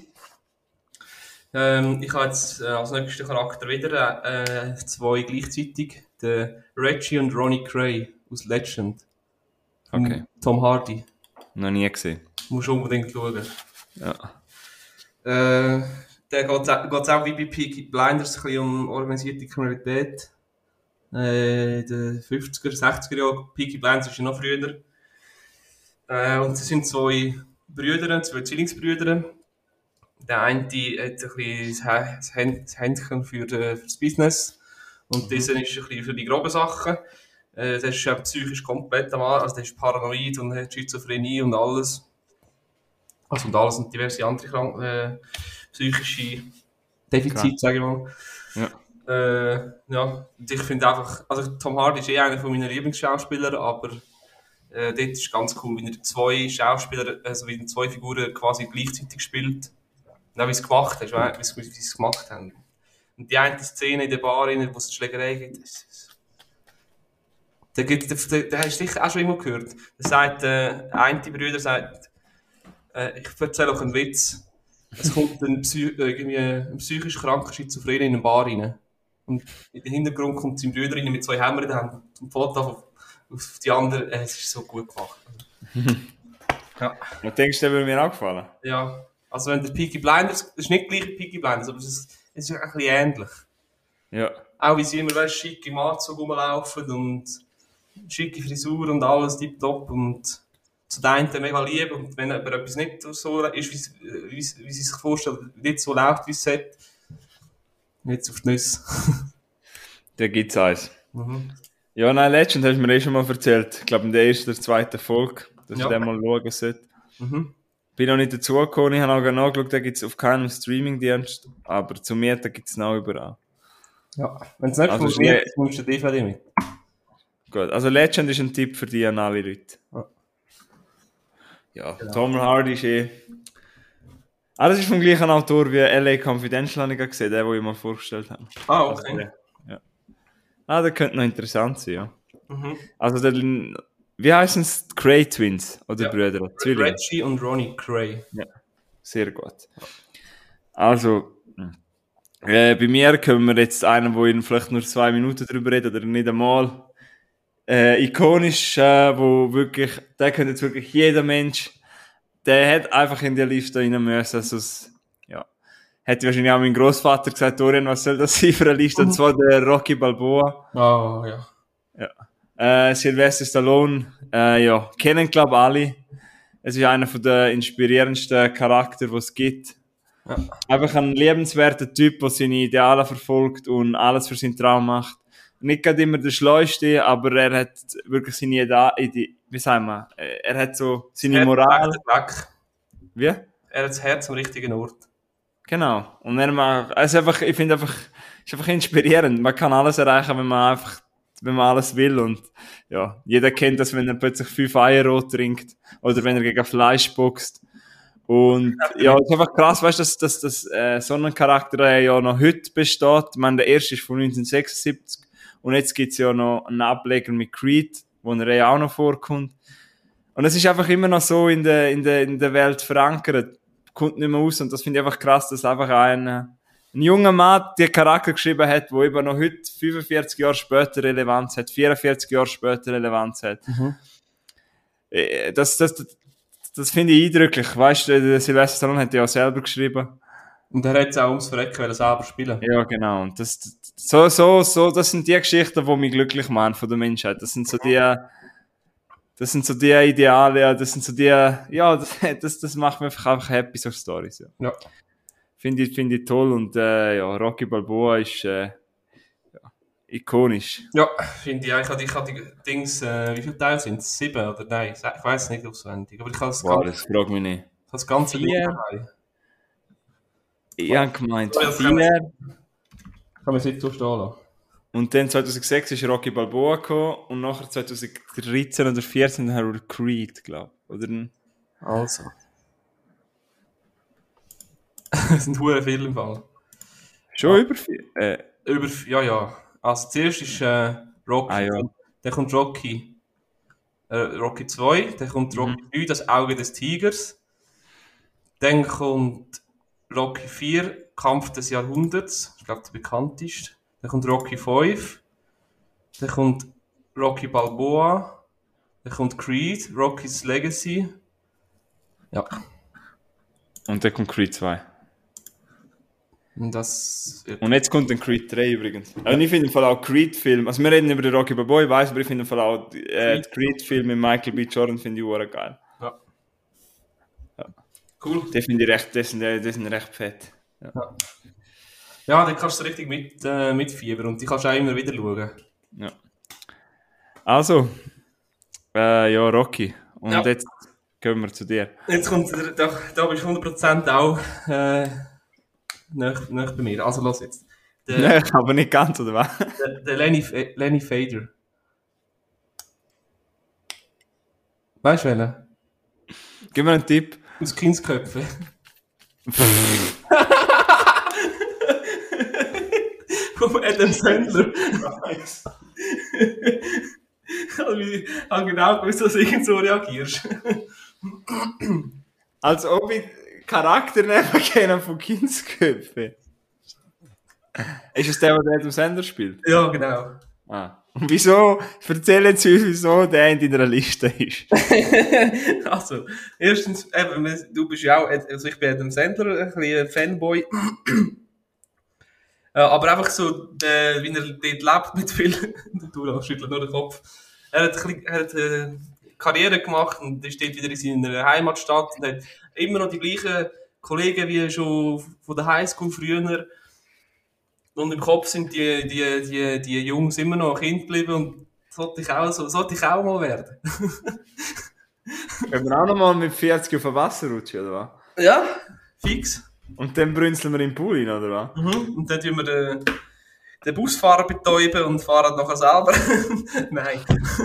Ich habe jetzt als nächsten Charakter wieder 2 gleichzeitig. Der Reggie und Ronnie Cray aus Legend. Okay. Tom Hardy. Noch nie gesehen. Musst du unbedingt schauen. Ja. Der geht auch wie bei Peaky Blinders ein bisschen um organisierte Kriminalität. In den 50er, 60er Jahren. Peaky Blinders ist ja noch früher. Und sie sind 2 Brüder, 2 Zwillingsbrüder. Der eine hat ein bisschen das Händchen für das Business und dieser ist ein bisschen für die groben Sachen. Der ist ja psychisch komplett am Arsch, also der ist paranoid und hat Schizophrenie und alles. Also und alles und diverse andere psychische Defizite, sage ich mal. Ja, und ich finde einfach, also Tom Hardy ist einer von meinen Lieblingsschauspieler, aber dort ist ganz cool, wie er zwei Schauspieler, also wie er zwei Figuren quasi gleichzeitig spielt. Und auch wie es gemacht hast, wie sie es gemacht haben. Und die eine Szene in der Bar, wo es Schlägerei gibt, da hast du sicher auch schon immer gehört. Da sagt, eine Brüder sagt, ich erzähle euch einen Witz. Es kommt ein psychisch kranker Schizophren in eine Bar rein. Und in den Hintergrund kommt sein Brüder rein mit zwei Hämmern in der Hand und fährt auf die andere. Es ist so gut gemacht. Ja. Was denkst du, der würde mir auch gefallen? Ja, also wenn der Peaky Blinders, es ist nicht gleich Peaky Blinders, aber es ist ein bisschen ähnlich. Ja. Auch wie sie immer, weißt, schick im Anzug rumlaufen und schicke Frisur und alles tipptopp und zu den einen mega lieb und wenn aber etwas nicht so ist, wie sie sich vorstellen, nicht so läuft, wie es sollte, jetzt auf die Nüsse. Da gibt's eins. Ja, nein, Legend hast du mir schon mal erzählt. Ich glaube, in der ersten oder zweiten Folge, dass ich den mal schauen sollte. Bin noch nicht dazugekommen, ich habe auch nachgeschaut, da gibt es auf keinem Streamingdienst, aber zu mir, da gibt es noch überall. Ja, wenn es nicht funktioniert, nimmst du die DVD mit. Gut, also Legend ist ein Tipp für die an alle Leute. Ja, genau. Tom Hardy ist das ist vom gleichen Autor wie LA Confidential, habe ich gesehen, den ich mal vorgestellt habe. Ah, okay. Also, der könnte noch interessant sein, ja. Also, wie heißen es? Cray Twins, oder Brüder? Reggie und Ronnie Cray. Ja, sehr gut. Also, bei mir können wir jetzt einen, wo ich vielleicht nur 2 Minuten drüber rede, oder nicht einmal. Ikonisch, wo wirklich, der könnte jetzt wirklich jeder Mensch, der hat einfach in die Liste rein müssen, also ja. Hätte wahrscheinlich auch mein Großvater gesagt, Dorian, was soll das sein für eine Liste? Und zwar der Rocky Balboa. Oh, ja. Sylvester Stallone, ja, kennen glaube alle. Es ist einer der inspirierendsten Charaktere, die es gibt. Ja. Einfach ein lebenswerter Typ, der seine Ideale verfolgt und alles für seinen Traum macht. Nicht gerade immer der Schleuste, aber er hat wirklich seine wie sagen wir, er hat so seine Moral. Wie? Er hat das Herz am richtigen Ort. Genau. Und er macht, also einfach, ich finde einfach, ist einfach inspirierend. Man kann alles erreichen, wenn man alles will. Und ja, jeder kennt das, wenn er plötzlich 5 Eierrot trinkt oder wenn er gegen Fleisch boxt. Und ja, es ist einfach krass, weißt du, dass so ein Charakter ja noch heute besteht. Ich meine, der erste ist von 1976 und jetzt gibt's ja noch einen Ableger mit Creed, wo er ja auch noch vorkommt. Und es ist einfach immer noch so in der Welt verankert. Kommt nicht mehr aus und das finde ich einfach krass, dass einfach ein junger Mann den Charakter geschrieben hat, der eben noch heute 45 Jahre später Relevanz hat, 44 Jahre später Relevanz hat. Das finde ich eindrücklich. Weißt du, der Sylvester Stallone hat ja auch selber geschrieben. Und er hat es auch ums Verrecken selber spielen. Ja, genau. Und das sind die Geschichten, die mich glücklich machen von der Menschheit. Das sind so die Ideale, ja, das sind so die, ja, das macht mir einfach happy, so Storys, ja. Ja. Finde ich toll und, ja, Rocky Balboa ist, ja, ikonisch. Ja, finde ich, ich habe die Dings, wie viele Teile sind es? 7 oder nein? Ich weiß nicht auswendig, aber ich habe das frag mich nicht. Das ganze Ding dabei. Ich habe gemeint, 4. Kann man es nicht so stehen lassen. Und dann 2006 ist Rocky Balboa gekommen und nachher 2013 oder 2014 haben wir Creed, glaube ich. Oder? Also. Das sind hohe Filme im Fall. Schon über 4? Ja. Also zuerst ist Rocky. Ah, ja. Dann kommt Rocky 2, dann kommt Rocky 3, das Auge des Tigers. Dann kommt Rocky 4, Kampf des Jahrhunderts. Ich glaube, der bekannteste. Dann kommt Rocky 5, dann kommt Rocky Balboa, dann kommt Creed, Rocky's Legacy. Ja. Und dann kommt Creed 2. Und jetzt kommt dann Creed 3 übrigens. Also ich finde im Fall auch Creed-Film, also wir reden über den Rocky Balboa, ich weiss, aber ich finde im Fall auch den Creed-Film mit Michael B. Jordan finde ich auch geil. Ja. Cool. Die finde ich recht, die sind recht fett. Ja. Ja, dann kannst du richtig mitfiebern und die kannst du auch immer wieder schauen. Ja. Also, ja, Rocky. Und jetzt gehen wir zu dir. Jetzt kommt, da bist du 100% auch nicht bei mir. Also los jetzt. Nein, aber nicht ganz, oder was? Der Lenny Fader. Weißt du welchen? Gib mir einen Tipp. Aus Kindsköpfe. Vom Adam Sandler. Ich habe genau gewusst, dass du irgend so reagierst. Als ob ich Charakter nehmen können von Kindsköpfen. Ist es der Adam Sandler spielt? Ja, genau. Ah. Und wieso? Erzähl jetzt uns, wieso der in deiner Liste ist. Also, erstens, eben, du bist ja auch, also ich bin Adam Sandler, ein bisschen ein Fanboy. Aber einfach so, wie er dort lebt mit viel, du schüttelst nur den Kopf. Er hat Karriere gemacht und ist dort wieder in seiner Heimatstadt und hat immer noch die gleichen Kollegen wie schon von der Highschool früher. Und im Kopf sind die Jungs immer noch ein Kind geblieben und sollte ich auch mal werden. Können wir auch nochmal mit 40 auf dem Wasser rutschen, oder was? Ja, fix. Und dann brünzeln wir im Pool rein, oder was? Mhm. Und dann tun wir den Busfahrer betäuben und fahren nachher selber. Nein.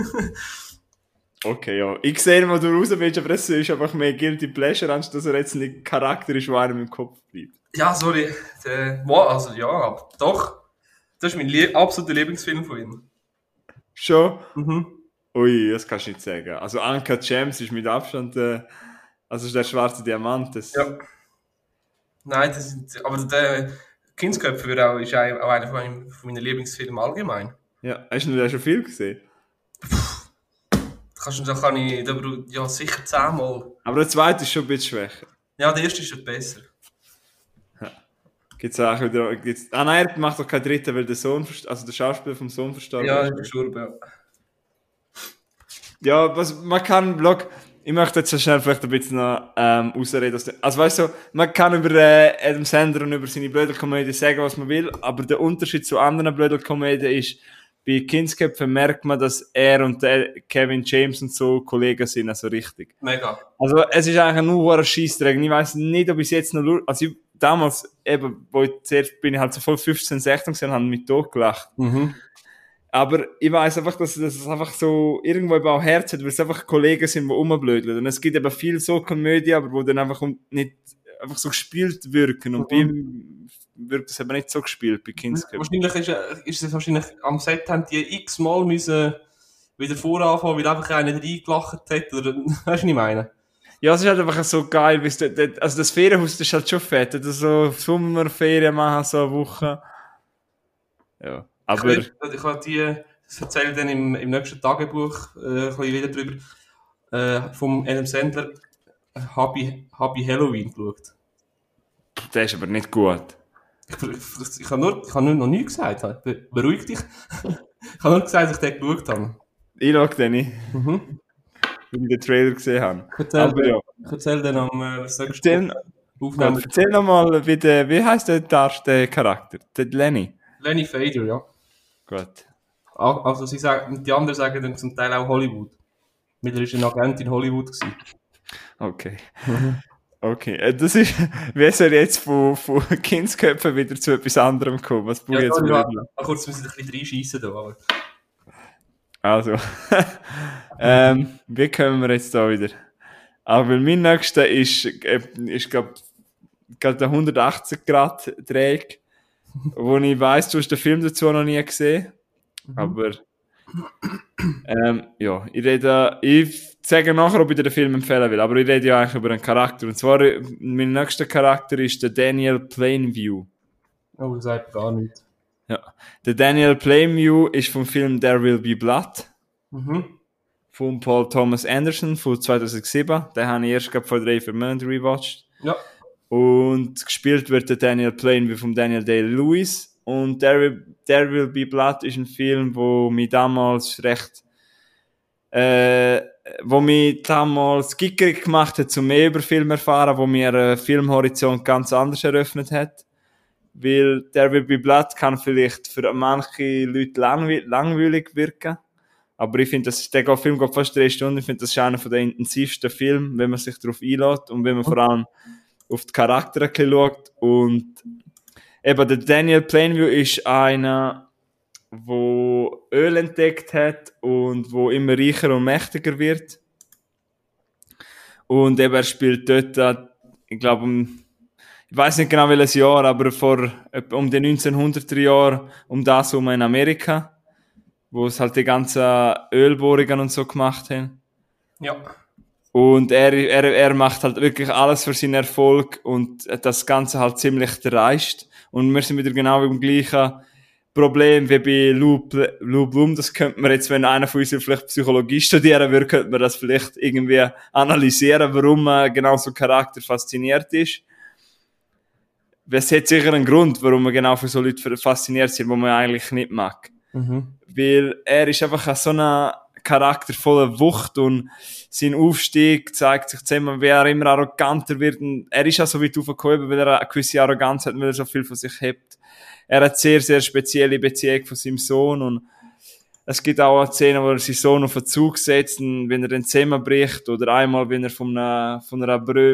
Okay, ja. Ich sehe, wo du raus willst, aber es ist einfach mehr Guilty Pleasure, anstatt dass er jetzt ein Charakter ist, der einem im Kopf bleibt. Ja, sorry. Also ja, aber doch. Das ist mein absoluter Lieblingsfilm von ihm. Schon? Mhm. Ui, das kannst du nicht sagen. Also Uncut Gems ist mit Abstand also ist der schwarze Diamant. Ja. Nein, aber der Kindsköpfe ist auch einer von meinen Lieblingsfilmen allgemein. Ja, hast du den schon viel gesehen? Da kann ich ja, sicher 10-mal. Aber der zweite ist schon ein bisschen schwächer. Ja, der erste ist schon besser. Gibt's auch wieder. Nein, er macht doch keinen dritten, weil der Schauspieler vom Sohn verstorben Ja, ist. ist gestorben, ja. Ja, man kann, ich möchte jetzt schnell vielleicht ein bisschen noch ausreden. Also weißt du, man kann über Adam Sandler und über seine Blödelkomödie sagen, was man will, aber der Unterschied zu anderen Blödelkomödien ist, bei Kindsköpfen merkt man, dass er und Kevin James und so Kollegen sind, also richtig. Mega. Also es ist eigentlich nur ein Scheissdreck. Ich weiss nicht, ob ich es jetzt noch... Also damals, eben, zuerst bin ich halt so voll 15, 16 gesehen und habe mich totgelacht. Mhm. Aber ich weiss einfach, dass es einfach so irgendwo eben auch Herz hat, weil es einfach Kollegen sind, die rumblödeln. Und es gibt eben viel so Komödien, aber wo dann einfach nicht einfach so gespielt wirken. Und bei ihm wirkt es eben nicht so gespielt, bei Kindsköpfen. Wahrscheinlich ist es wahrscheinlich am Set haben die x-mal müssen wieder voranfangen, weil einfach einer reingelacht hat. Oder, weißt du, was ich meine? Ja, es ist halt einfach so geil, also das Ferienhaus ist halt schon fett, oder so Sommerferien machen, so eine Woche. Ja, aber... Ich habe das erzähle ich dann im nächsten Tagebuch ein bisschen wieder drüber, vom Adam Sandler Happy Halloween geschaut. Der ist aber nicht gut. Ich habe noch nie gesagt, beruhig dich. Ich habe nur gesagt, dass ich den geschaut habe. Ich schaue den nicht. Mhm. Weil ich den Trailer gesehen habe. Ich erzähle dann am Aufnehmen. Erzähl nochmal, wie heisst der Charakter? Der Lenny? Lenny Fader, ja. Gut. Also die anderen sagen dann zum Teil auch Hollywood. Weil er ist ein Agent in Hollywood gewesen. Okay. Okay, das ist, wie soll jetzt von Kindsköpfen wieder zu etwas anderem kommen? Was brauche ich jetzt wieder? Kurz müssen wir ein bisschen reinschiessen da, aber... Also, wie kommen wir jetzt da wieder? Aber mein nächster ist glaube der 180-Grad-Dreieck, wo ich weiss, du hast den Film dazu noch nie gesehen. Aber, ja, ich sage nachher, ob ich dir den Film empfehlen will, aber ich rede ja eigentlich über einen Charakter. Und zwar, mein nächster Charakter ist der Daniel Plainview. Oh, das sagt gar nichts. Ja. Der Daniel Plainview ist vom Film There Will Be Blood. Mhm. Von Paul Thomas Anderson von 2007. Den habe ich erst vor 3-4 Monaten rewatcht. Ja. Und gespielt wird der Daniel Plainview von Daniel Day-Lewis. Und There Will Be Blood ist ein Film, wo mich damals recht wo mich damals gickerig gemacht hat, zum mehr über Film erfahren, wo mir Filmhorizont ganz anders eröffnet hat. Weil der Will Be Blood kann vielleicht für manche Leute langweilig wirken. Aber ich finde, der Film geht fast 3 Stunden. Ich finde, das ist einer der intensivsten Filme, wenn man sich darauf einlässt und wenn man vor allem auf die Charaktere ein bisschen schaut. Und eben, der Daniel Plainview ist einer, wo Öl entdeckt hat und wo immer reicher und mächtiger wird. Und eben, er spielt dort, ich glaube, ich weiß nicht genau welches Jahr, aber um die 1900er Jahre, um das herum in Amerika, wo es halt die ganzen Ölbohrungen und so gemacht haben. Ja. Und er macht halt wirklich alles für seinen Erfolg und das Ganze halt ziemlich dreist. Und wir sind wieder genau beim gleichen Problem wie bei Lou Bloom. Das könnte man jetzt, wenn einer von uns vielleicht Psychologie studieren würde, könnte man das vielleicht irgendwie analysieren, warum man genau so Charakter fasziniert ist. Es hat sicher einen Grund, warum man genau für so Leute fasziniert sind, die man eigentlich nicht mag. Weil er ist einfach so ein Charakter voller Wucht und sein Aufstieg zeigt sich zusammen, wie er immer arroganter wird. Und er ist auch so weit aufgehoben, weil er eine gewisse Arroganz hat, weil er so viel von sich hat. Er hat sehr, sehr spezielle Beziehung von seinem Sohn und es gibt auch eine Szene, wo er seinen Sohn auf den Zug setzt und wenn er den zusammenbricht oder einmal, wenn er von einer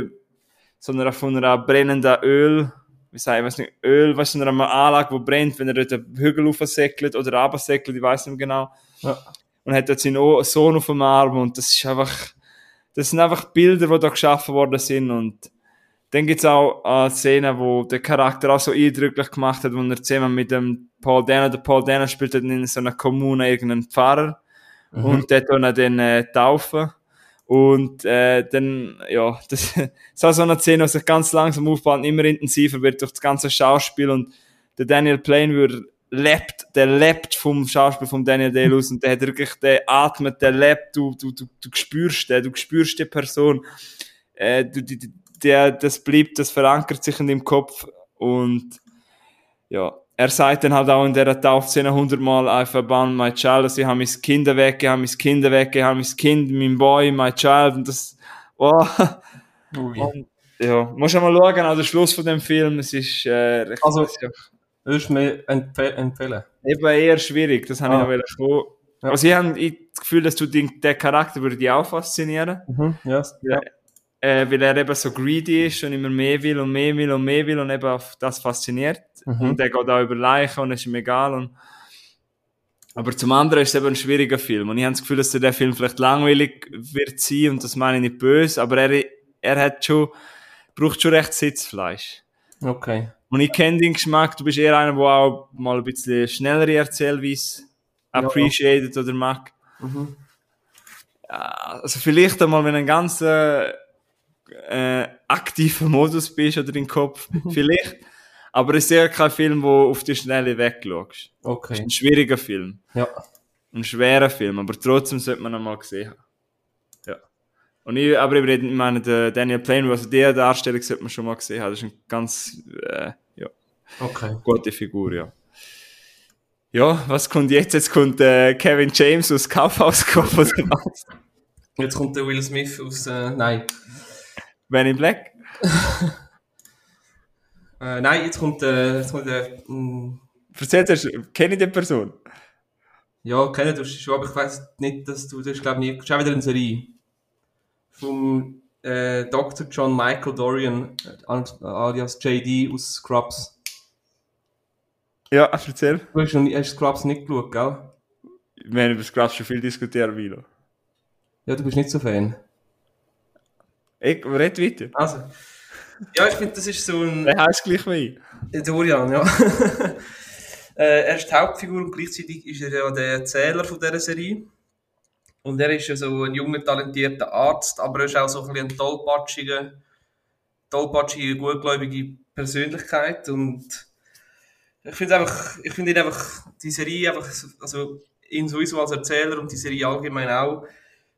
brennenden Öl, Öl, so einer Anlage, wo brennt, wenn er dort einen Hügel aufsäckelt oder runtersäckelt, ich weiss nicht genau. Ja. Und hat dort seinen Sohn auf dem Arm und das sind einfach Bilder, die da geschaffen worden sind und dann gibt's auch eine Szene, wo der Charakter auch so eindrücklich gemacht hat, wo er zusammen mit dem Paul Dano, der Paul Dano spielt in so einer Kommune irgendeinen Pfarrer und der tut ihn dann taufen. Und dann, ja, das ist auch so eine Szene, die sich ganz langsam aufbaut und immer intensiver wird durch das ganze Schauspiel. Und der Daniel Plainview lebt vom Schauspiel von Daniel Day-Lewis und der hat wirklich, der atmet, der lebt, du spürst den, du spürst die Person, das verankert sich in deinem Kopf und ja, er sagt dann halt auch in dieser Taufszene 100-mal I forband my child, also ich habe mein Kind weg, mein Boy, my child und das, oh. Und, ja, musst du mal schauen, an den Schluss von dem Film, es ist recht, also, würdest du mir empfehlen? Eben eher schwierig, das habe ich noch schon. Ja. Also ich habe das Gefühl, dass den Charakter würde dich auch faszinieren. Yes. Ja. Weil er eben so greedy ist und immer mehr will und eben auf das fasziniert. Und er geht auch über Leichen und es ist ihm egal. Aber zum anderen ist es eben ein schwieriger Film. Und ich habe das Gefühl, dass der Film vielleicht langweilig wird sein und das meine ich nicht böse, aber er braucht schon recht Sitzfleisch. Okay. Und ich kenne den Geschmack, du bist eher einer, der auch mal ein bisschen schnellere Erzählweise appreciated oder mag. Also vielleicht einmal, wenn ein ganz aktiver Modus bist oder im Kopf, vielleicht. Aber es ist eher kein Film, wo auf die Schnelle wegschaust. Okay. Es ist ein schwieriger Film. Ja. Ein schwerer Film, aber trotzdem sollte man ihn mal gesehen haben. Ja. Und ich meine, der Daniel Plainview, also die Darstellung sollte man schon mal gesehen haben. Das ist eine ganz, gute Figur, ja. Ja, was kommt jetzt? Jetzt kommt Kevin James aus Kaufhaus oder was? Jetzt kommt der Will Smith aus, nein. Ben in Black? Nein, jetzt kommt der... Erzähl zuerst, kenne ich die Person? Ja, kenne du schon, aber ich weiss nicht, dass du das, glaube ich, nicht... Das ist auch wieder eine Serie. Vom Dr. John Michael Dorian, alias JD aus Scrubs. Ja, erzähl. Du hast Scrubs nicht geschaut, gell? Wir haben über Scrubs schon viel diskutiert, Vilo. Ja, du bist nicht so Fan. Ich red weiter. Also... Ja, ich finde, das ist so ein... Der heisst gleich wie ich. Dorian, ja. Er ist die Hauptfigur und gleichzeitig ist er ja der Erzähler von dieser Serie. Und er ist ja so ein junger, talentierter Arzt, aber er ist auch so ein bisschen eine tollpatschige, gutgläubige Persönlichkeit. Und ich finde ihn einfach, die Serie einfach, also ihn sowieso als Erzähler und die Serie allgemein auch,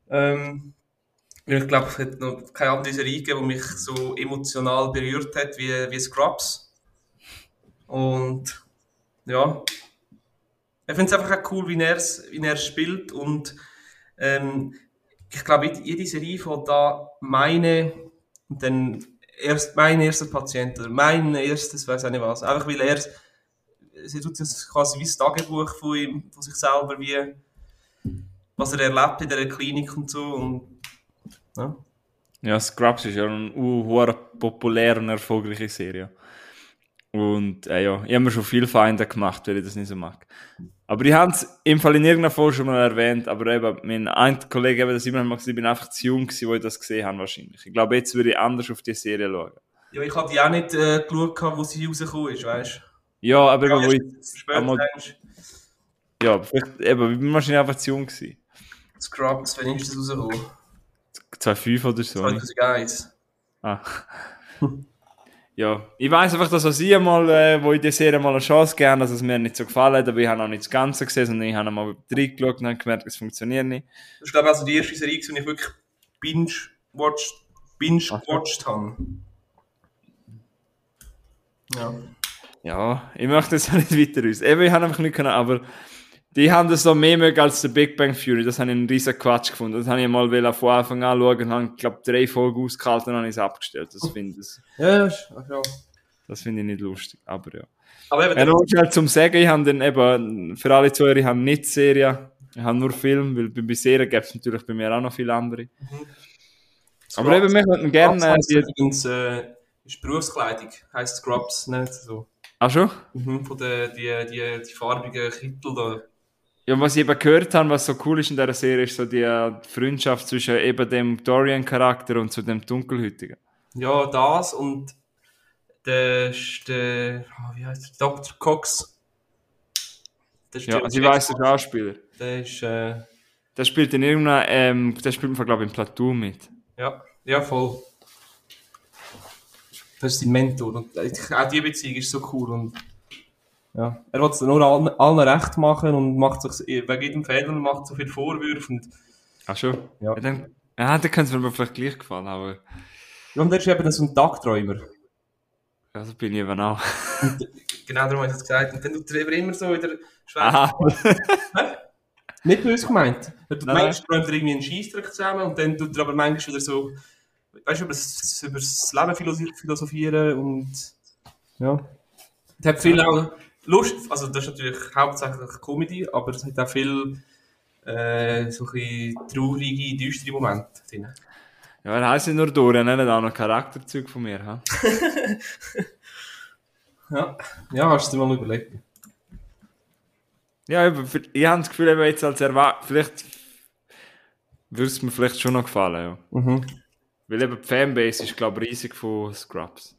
ich glaube, es hat noch keine andere Serie gegeben, die mich so emotional berührt hat wie Scrubs. Und ja, ich finde es einfach auch cool, wie er spielt und Ich glaube, jede Serie von da meine und dann erst mein erster Patient oder mein erstes, weiß auch nicht was. Einfach weil sie tut das quasi wie das Tagebuch von ihm, von sich selber, wie, was er erlebt in der Klinik und so. Und, ja. Ja, Scrubs ist ja eine populäre und erfolgreiche Serie. Und ja, ich habe mir schon viele Feinde gemacht, weil ich das nicht so mag. Aber ich habe es im Fall in irgendeiner Folge schon mal erwähnt, aber eben, mein ein Kollege hat das immer gesagt, ich bin einfach zu jung gewesen, wo ich das gesehen habe wahrscheinlich. Ich glaube, jetzt würde ich anders auf die Serie schauen. Ja, ich habe die auch nicht geschaut, wo sie rausgekommen ist, weißt du? Ja, aber eben, wo ich später einmal, ja, vielleicht, eben, ich bin wahrscheinlich einfach zu jung gewesen. Scrubs, wann ist das rausgekommen? 2005 oder so. 2001. Ah. Ja, ich weiss einfach, dass ich einmal, wo ich die Serie mal eine Chance gegeben habe, dass es mir nicht so gefallen hat, aber ich habe auch nicht das Ganze gesehen, sondern ich habe mal reingeschaut und habe gemerkt, es funktioniert nicht. Das ist, glaube ich, also die erste Serie, die ich wirklich binge-watched habe. Ja. Ja, ich möchte das auch nicht weiter aus. Eben, ich habe einfach nicht können, aber die haben das so mehr mögen als der Big Bang Theory. Das habe ich einen riesen Quatsch gefunden. Das habe ich mal von Anfang an schauen und habe, glaube 3 Folgen ausgehalten und habe es abgestellt. Das finde ich, Ja. das finde ich nicht lustig, aber ja. Aber eben, halt zum Sagen, ich habe dann eben, für alle Zuhörer, ich habe nicht Serie, ich habe nur Film, weil bei Serien gibt es natürlich bei mir auch noch viele andere. Mhm. Aber eben, wir könnten gerne... übrigens, ist Berufskleidung, heisst Scrubs, nicht so. Ach schon? Mhm, von die farbigen Kittel da. Ja, was ich eben gehört habe, was so cool ist in dieser Serie, ist so die Freundschaft zwischen eben dem Dorian-Charakter und zu dem Dunkelhütigen. Ja, das und wie heißt der? Dr. Cox. Ja, also ich weiss, der Schauspieler. Der ist, der spielt in irgendeiner, der spielt, glaube ich, im Platoon mit. Ja, voll. Das ist sein Mentor. Und auch die Beziehung ist so cool. Und, ja. Er will es nur allen recht machen und macht sich wegen jedem Fehler und macht so viele Vorwürfe. Und, ach schon? Ja. Dann könnte es mir vielleicht gleich gefallen, aber... Ja, und er ist eben so ein Tagträumer. Ja, das bin ich eben auch. Und, genau darum habe ich das gesagt. Und dann tut er immer so wieder Aha. Nicht böse gemeint. Er tut manchmal träumt er irgendwie einen Scheissdreck zusammen und dann tut er aber manchmal wieder so, weißt du, über das Leben philosophieren und ja. Es hat viel auch Lust, also das ist natürlich hauptsächlich Comedy, aber es hat auch viel so ein bisschen traurige, düstere Momente drin. Ja, er heisst nicht nur Dorian, er hat auch noch Charakterzüge von mir. Ha? Ja, hast du dir mal überlegt. Ja, ich habe das Gefühl, jetzt als vielleicht würde es mir vielleicht schon noch gefallen, ja. Mhm. Weil eben die Fanbase ist, glaube ich, riesig von Scrubs.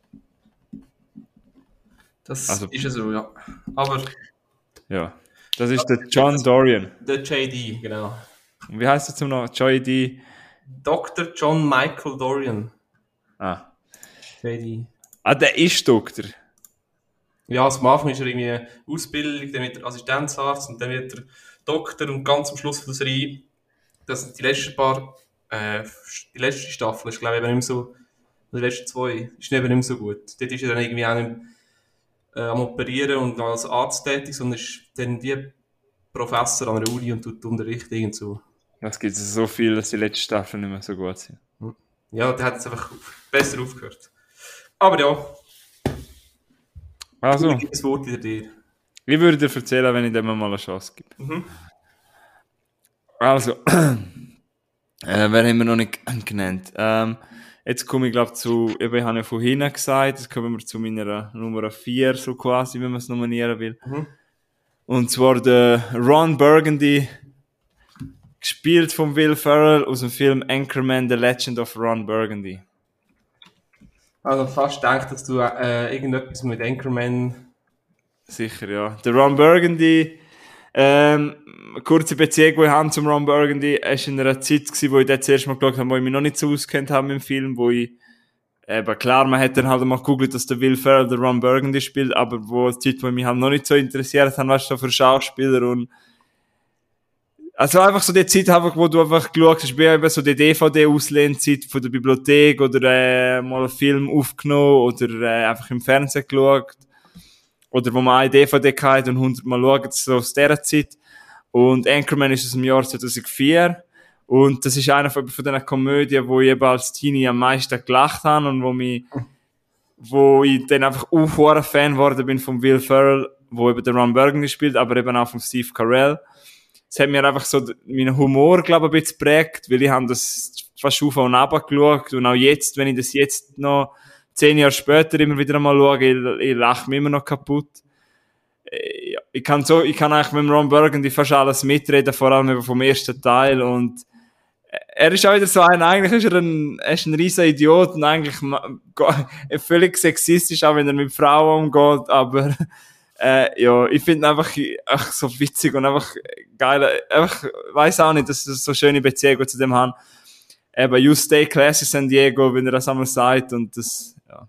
Das ist ja so, ja. Aber... Ja, das ist der John Dorian. Der JD, genau. Und wie heißt er zum noch? JD? Dr. John Michael Dorian. Ah. JD. Ah, der ist Doktor. Ja, also am Anfang ist er irgendwie Ausbildung, dann wird er Assistenzarzt und dann wird er Doktor und ganz am Schluss von der Serie, das sind die letzten die letzte Staffel ist glaube ich eben nicht mehr so, die letzten 2, ist eben nicht mehr so gut. Dort ist er dann irgendwie auch nicht am Operieren und als Arzt tätig, sondern ist dann wie Professor an der Uni und tut unterrichten und so. Es gibt so viel, dass die letzten Staffeln nicht mehr so gut sind. Ja, der hat jetzt einfach besser aufgehört. Aber ja. Also, das Wort wieder dir. Ich würde dir erzählen, wenn ich dem mal eine Chance gebe. Mhm. Also, wer haben wir noch nicht genannt? Jetzt komme ich, glaube zu, ich habe ja vorhin gesagt, jetzt kommen wir zu meiner Nummer 4, so quasi, wenn man es nominieren will. Mhm. Und zwar der Ron Burgundy, gespielt von Will Ferrell aus dem Film Anchorman, The Legend of Ron Burgundy. Also fast gedacht, dass du irgendetwas mit Anchorman... Sicher, ja. Der Ron Burgundy, kurze Beziehung, die ich habe zum Ron Burgundy, war in einer Zeit, wo ich das zuerst mal geschaut habe, wo ich mich noch nicht so auskennt habe im Film, wo ich, klar, man hätte dann halt mal gegoogelt, dass der Will Ferrell der Ron Burgundy spielt, aber wo die Zeit, wo ich mich halt noch nicht so interessiert habe, was so für Schauspieler und also einfach so die Zeit, wo du einfach geschaut hast, wie eben so die DVD-Auslehnzeit von der Bibliothek oder mal einen Film aufgenommen oder einfach im Fernsehen geschaut. Oder wo man eine DVD hatte und 100 Mal schaut, so aus dieser Zeit. Und Anchorman ist aus dem Jahr 2004. Und das ist einer von diesen Komödien, wo ich eben als Teenie am meisten gelacht habe und wo ich dann einfach auch Fan geworden bin von Will Ferrell, wo eben der Ron Burgundy spielt, aber eben auch von Steve Carell. Das hat mir einfach so meinen Humor, glaube ich, ein bisschen geprägt, weil ich habe das fast auf und runter geschaut und auch jetzt, wenn ich das jetzt noch 10 Jahre später immer wieder einmal schaue, ich lache mich immer noch kaputt. Ich kann eigentlich mit dem Ron Burgundy fast alles mitreden, vor allem eben vom ersten Teil und er ist auch wieder so eigentlich ist er ein riesen Idiot und eigentlich völlig sexistisch, auch wenn er mit Frauen umgeht, aber ja, ich finde ihn einfach so witzig und einfach geil, einfach, weiss auch nicht, dass ich so schöne Beziehungen zu dem haben. Eben, you stay classy San Diego, wenn er das einmal sagt und das, ja.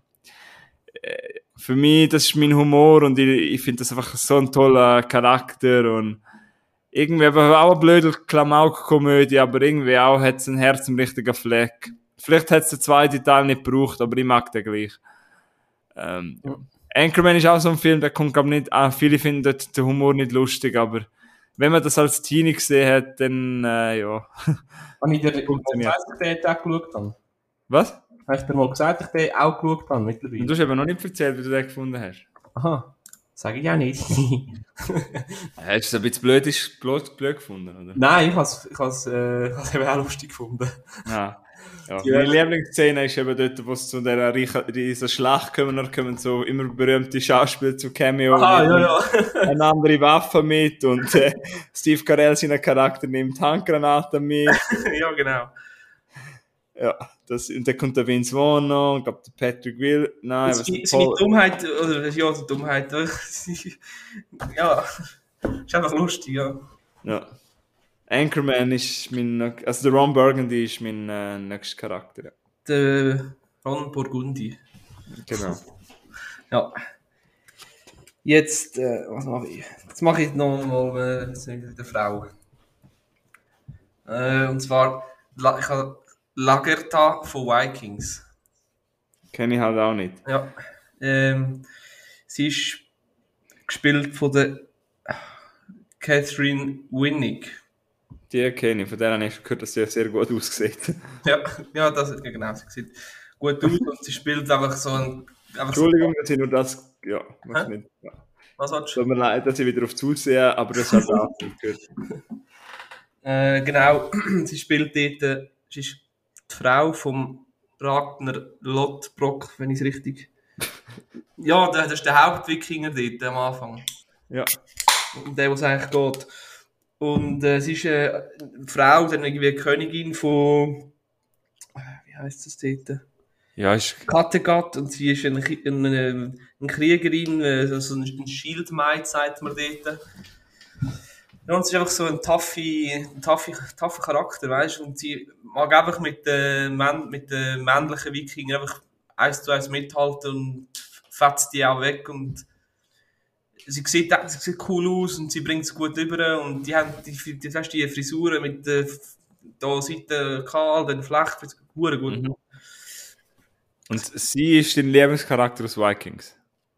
Für mich, das ist mein Humor und ich finde das einfach so ein toller Charakter und irgendwie aber auch eine blöde Klamauk-Komödie, aber irgendwie auch hat es ein Herz im richtigen Fleck. Vielleicht hat es den zweiten Teil nicht gebraucht, aber ich mag den gleich. Ja. Anchorman ist auch so ein Film, der kommt glaube nicht an. Viele finden den Humor nicht lustig, aber wenn man das als Teenie gesehen hat, dann, ja. Habe ich dir gesagt, dass ich den auch geschaut habe? Was? Hast du dir mal gesagt, dass ich den auch geschaut habe mittlerweile? Du hast aber noch nicht erzählt, wie du den gefunden hast. Aha, sage ich auch nicht. Hast du es ein bisschen blöd gefunden, oder? Nein, ich has eben auch lustig gefunden. Ja. Meine Lieblingsszene ist eben dort, wo es zu dieser Schlacht kommen so immer berühmte Schauspieler zu Cameo. Ja. Eine andere Waffe mit und Steve Carell seinen Charakter nimmt Handgranaten mit. Ja, genau. Ja, und dann kommt der Vince Vaughn noch, ich glaube der Patrick Will. Nein, seine Dummheit, oder ja, die Dummheit, ja, ist einfach lustig, ja. Ja. Anchorman ist also der Ron Burgundy ist mein nächster Charakter. Ja. Der Ron Burgundy. Genau. Ja. Jetzt, was mache ich? Jetzt mache ich nochmal mit der Frau. Und zwar, ich habe Lagertha von Vikings. Kenne ich halt auch nicht. Ja. Sie ist gespielt von der Catherine Winnick. Die kenne ich, von der habe ich gehört, dass sie sehr gut aussieht. Ja, das ist genau, sie sieht gut aus und sie spielt einfach so ein... Entschuldigung, dass ich nur das... Ja, mach nicht. Ja. Was hat Tut mir leid, dass ich wieder auf zusehe, aber das hat auch nicht gehört. Genau, sie spielt dort... Sie ist die Frau vom Ragnar Lothbrok, wenn ich es richtig... Ja, das ist der Hauptwikinger dort am Anfang. Ja. Der, wo es eigentlich geht. Und sie ist eine Frau, dann irgendwie eine Königin von... Wie heisst das dort? Ja, ist... Kattegat, und sie ist eine Kriegerin, so ein Shieldmaid, sagt man dort. Ja, und sie ist einfach so ein taffer Charakter, weißt du? Und sie mag einfach mit den männlichen Wikingern einfach 1:1 mithalten und fetzt die auch weg. Und sie sieht cool aus und sie bringt es gut rüber. Und die haben die Frisuren mit der Seite kahl, dann Flecht, gut. Mhm. Und sie ist dein Lieblingscharakter aus Vikings?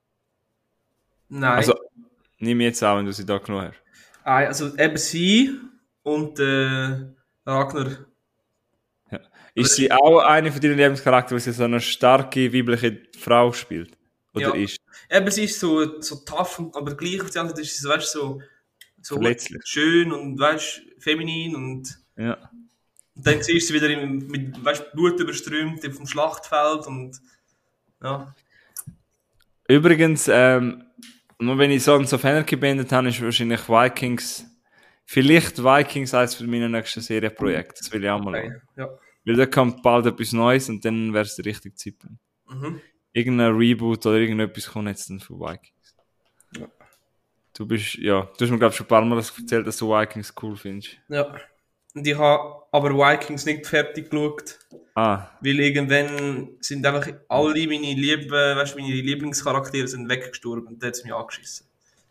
Nein. Also, nehme ich jetzt an, wenn du sie da genommen hast. Also eben sie und Ragnar. Ja. Ist sie auch eine von deinen Lieblingscharakter, weil sie so eine starke, weibliche Frau spielt? Oder ja. ist? Eben, sie ist so tough, aber gleich auf die andere Seite ist sie, weißt, so schön und weißt, feminin und ja. Und dann siehst du sie wieder mit Blut überströmt auf dem Schlachtfeld und ja. Übrigens, nur wenn ich so an Fan gebändet habe, ist wahrscheinlich Vikings eines von meinen nächsten Serienprojekten. Das will ich auch mal machen. Ja. Weil da kommt bald etwas Neues und dann wäre es der richtige Zeitpunkt. Mhm. Irgendein Reboot oder irgendetwas kommt jetzt dann von Vikings. Ja. Du hast mir glaube ich schon ein paar Mal erzählt, dass du Vikings cool findest. Ja. Und ich habe aber Vikings nicht fertig geschaut. Weil irgendwann sind einfach alle meine Lieblingscharaktere sind weggestorben und dann hat es mich angeschissen.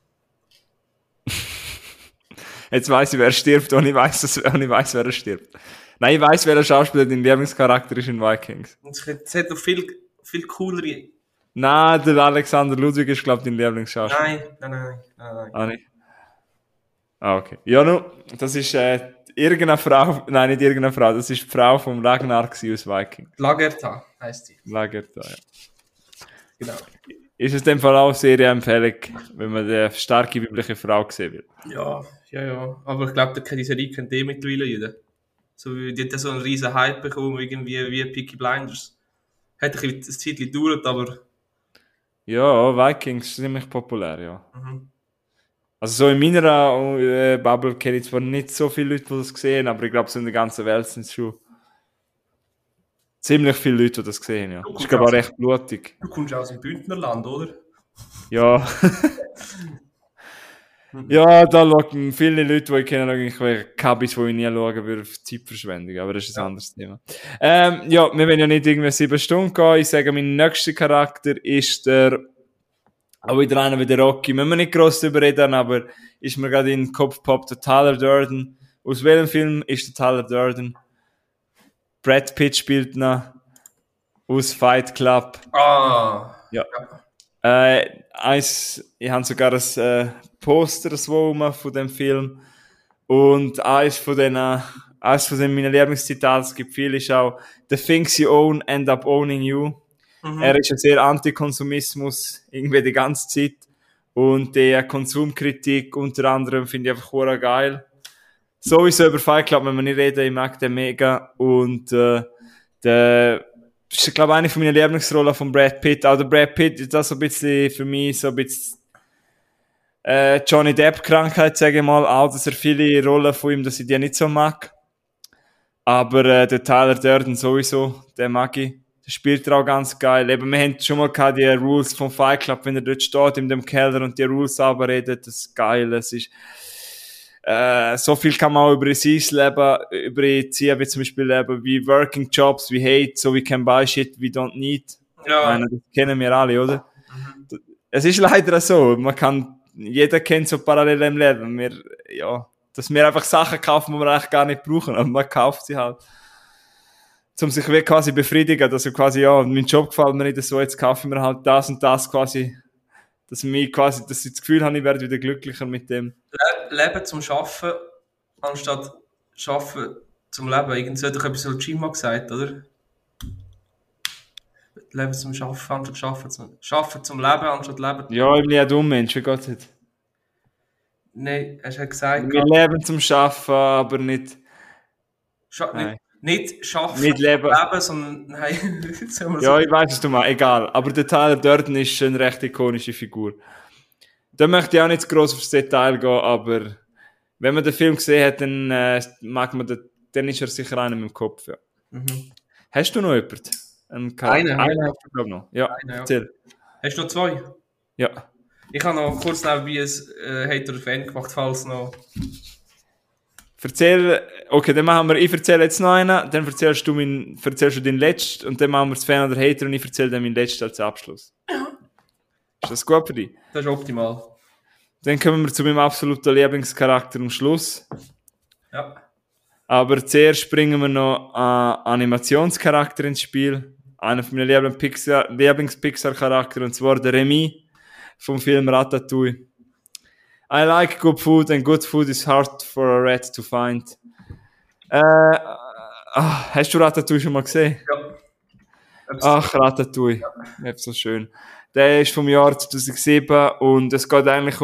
Jetzt weiss ich, wer stirbt und ich weiss, wer er stirbt. Nein, ich weiss, welcher Schauspieler dein Lieblingscharakter ist in Vikings. Es hat noch viel coolere... Nein, der Alexander Ludwig ist, glaube ich, dein Lieblingsschauspieler. Nein. Ah, nicht? Ah, okay. Ja, no, das ist irgendeine Frau, nein, nicht irgendeine Frau, das ist die Frau vom Ragnar gewesen aus Viking. Lagertha heisst sie. Lagertha, ja. Genau. Ist es in dem Fall auch Serienempfehlung, wenn man eine starke weibliche Frau sehen will? Ja. Aber ich glaube, diese Serie kennt mittlerweile jeder. So wie, die hat ja so einen riesen Hype bekommen, irgendwie wie Peaky Blinders. Hat ein Zeit gedauert, aber... Ja, Vikings ist ziemlich populär, ja. Mhm. Also so in meiner Bubble kenne ich zwar nicht so viele Leute, die das sehen, aber ich glaube, so in der ganzen Welt sind es schon ziemlich viele Leute, die das sehen, ja. Das ist glaube ich auch recht blutig. Du kommst aus dem Bündnerland, oder? Ja. Ja, da schauen viele Leute, die ich kenne, eigentlich Kabis, die ich nie schauen würde, auf Zeitverschwendung, aber das ist ein anderes Thema. Ja, wir wollen ja nicht irgendwie 7 Stunden gehen. Ich sage, mein nächster Charakter ist auch wieder einer wie der Rocky. Müssen wir nicht gross darüber reden, aber ist mir gerade in den Kopf gepoppt, der Tyler Durden. Aus welchem Film ist der Tyler Durden? Brad Pitt spielt noch. Aus Fight Club. Ah! Ja. Ich habe sogar ein Poster von dem Film. Und eines von den meinen Lieblingszitate, es gibt viele, ist auch The things you own end up owning you. Er ist ja sehr Antikonsumismus, irgendwie die ganze Zeit. Und die Konsumkritik unter anderem finde ich einfach hure geil. Sowieso über Fight Club, wenn wir nicht reden, ich mag den mega. Und der ist, glaube ich, eine von meinen Lieblingsrollen von Brad Pitt. Auch der Brad Pitt ist das so ein bisschen für mich so ein bisschen Johnny Depp-Krankheit, sage ich mal. Auch, dass er viele Rollen von ihm, dass ich die nicht so mag. Aber der Tyler Durden sowieso, den mag ich. Der spielt er auch ganz geil. Eben, wir haben schon mal gehabt, die Rules vom Fight Club, wenn er dort steht in dem Keller und die Rules aber redet, das ist geil. Es ist, so viel kann man auch über sein Leben überziehen, wie zum Beispiel eben, wie Working Jobs, wie Hate, so we can buy shit we don't need. Ja. Meine, das kennen wir alle, oder? Es ist leider so. Jeder kennt so Parallelen im Leben. Dass wir einfach Sachen kaufen, die wir eigentlich gar nicht brauchen, aber man kauft sie halt. Um sich wie quasi befriedigen, dass quasi, ja, mein Job gefällt mir nicht so, jetzt kaufe ich mir halt das und das quasi, dass ich das Gefühl habe, ich werde wieder glücklicher mit dem. Leben zum Schaffen, anstatt Schaffen zum Leben. Irgendwie hat doch etwas so Jim mal gesagt, oder? Leben zum Schaffen, anstatt Schaffen zum Leben, anstatt Leben. Ja, ich bin ja ein dummer Mensch, wie geht's jetzt? Nein, er hat gesagt... Wir leben zum Schaffen, aber nicht... Nicht schaffen, nicht leben, sondern nein. Ja, ich weiß es du mal, egal. Aber der Tyler Durden ist eine recht ikonische Figur. Da möchte ich auch nicht zu gross aufs Detail gehen, aber wenn man den Film gesehen hat, dann dann ist er sicher einer im Kopf. Ja. Mhm. Hast du noch jemanden? Einen hast du, glaube ich, noch. Ja, erzähl. Hast du noch 2? Ja. Ich habe noch kurz nebenbei ein Hater-Fan gemacht, falls noch... Okay, dann machen wir, ich erzähle jetzt noch einen, dann erzählst du den letzten und dann machen wir das Fan oder Hater und ich erzähle dann meinen letzten als Abschluss. Ja. Ist das gut für dich? Das ist optimal. Dann kommen wir zu meinem absoluten Lieblingscharakter am Schluss. Ja. Aber zuerst bringen wir noch einen Animationscharakter ins Spiel. Einer von meinen Lieblings-Pixar-Charakter, und zwar der Remy vom Film Ratatouille. I like good food and good food is hard for a rat to find. Hast du Ratatouille schon mal gesehen? Ja. Ach, Ratatouille. Ja. So schön. Der ist vom Jahr 2007 und es geht eigentlich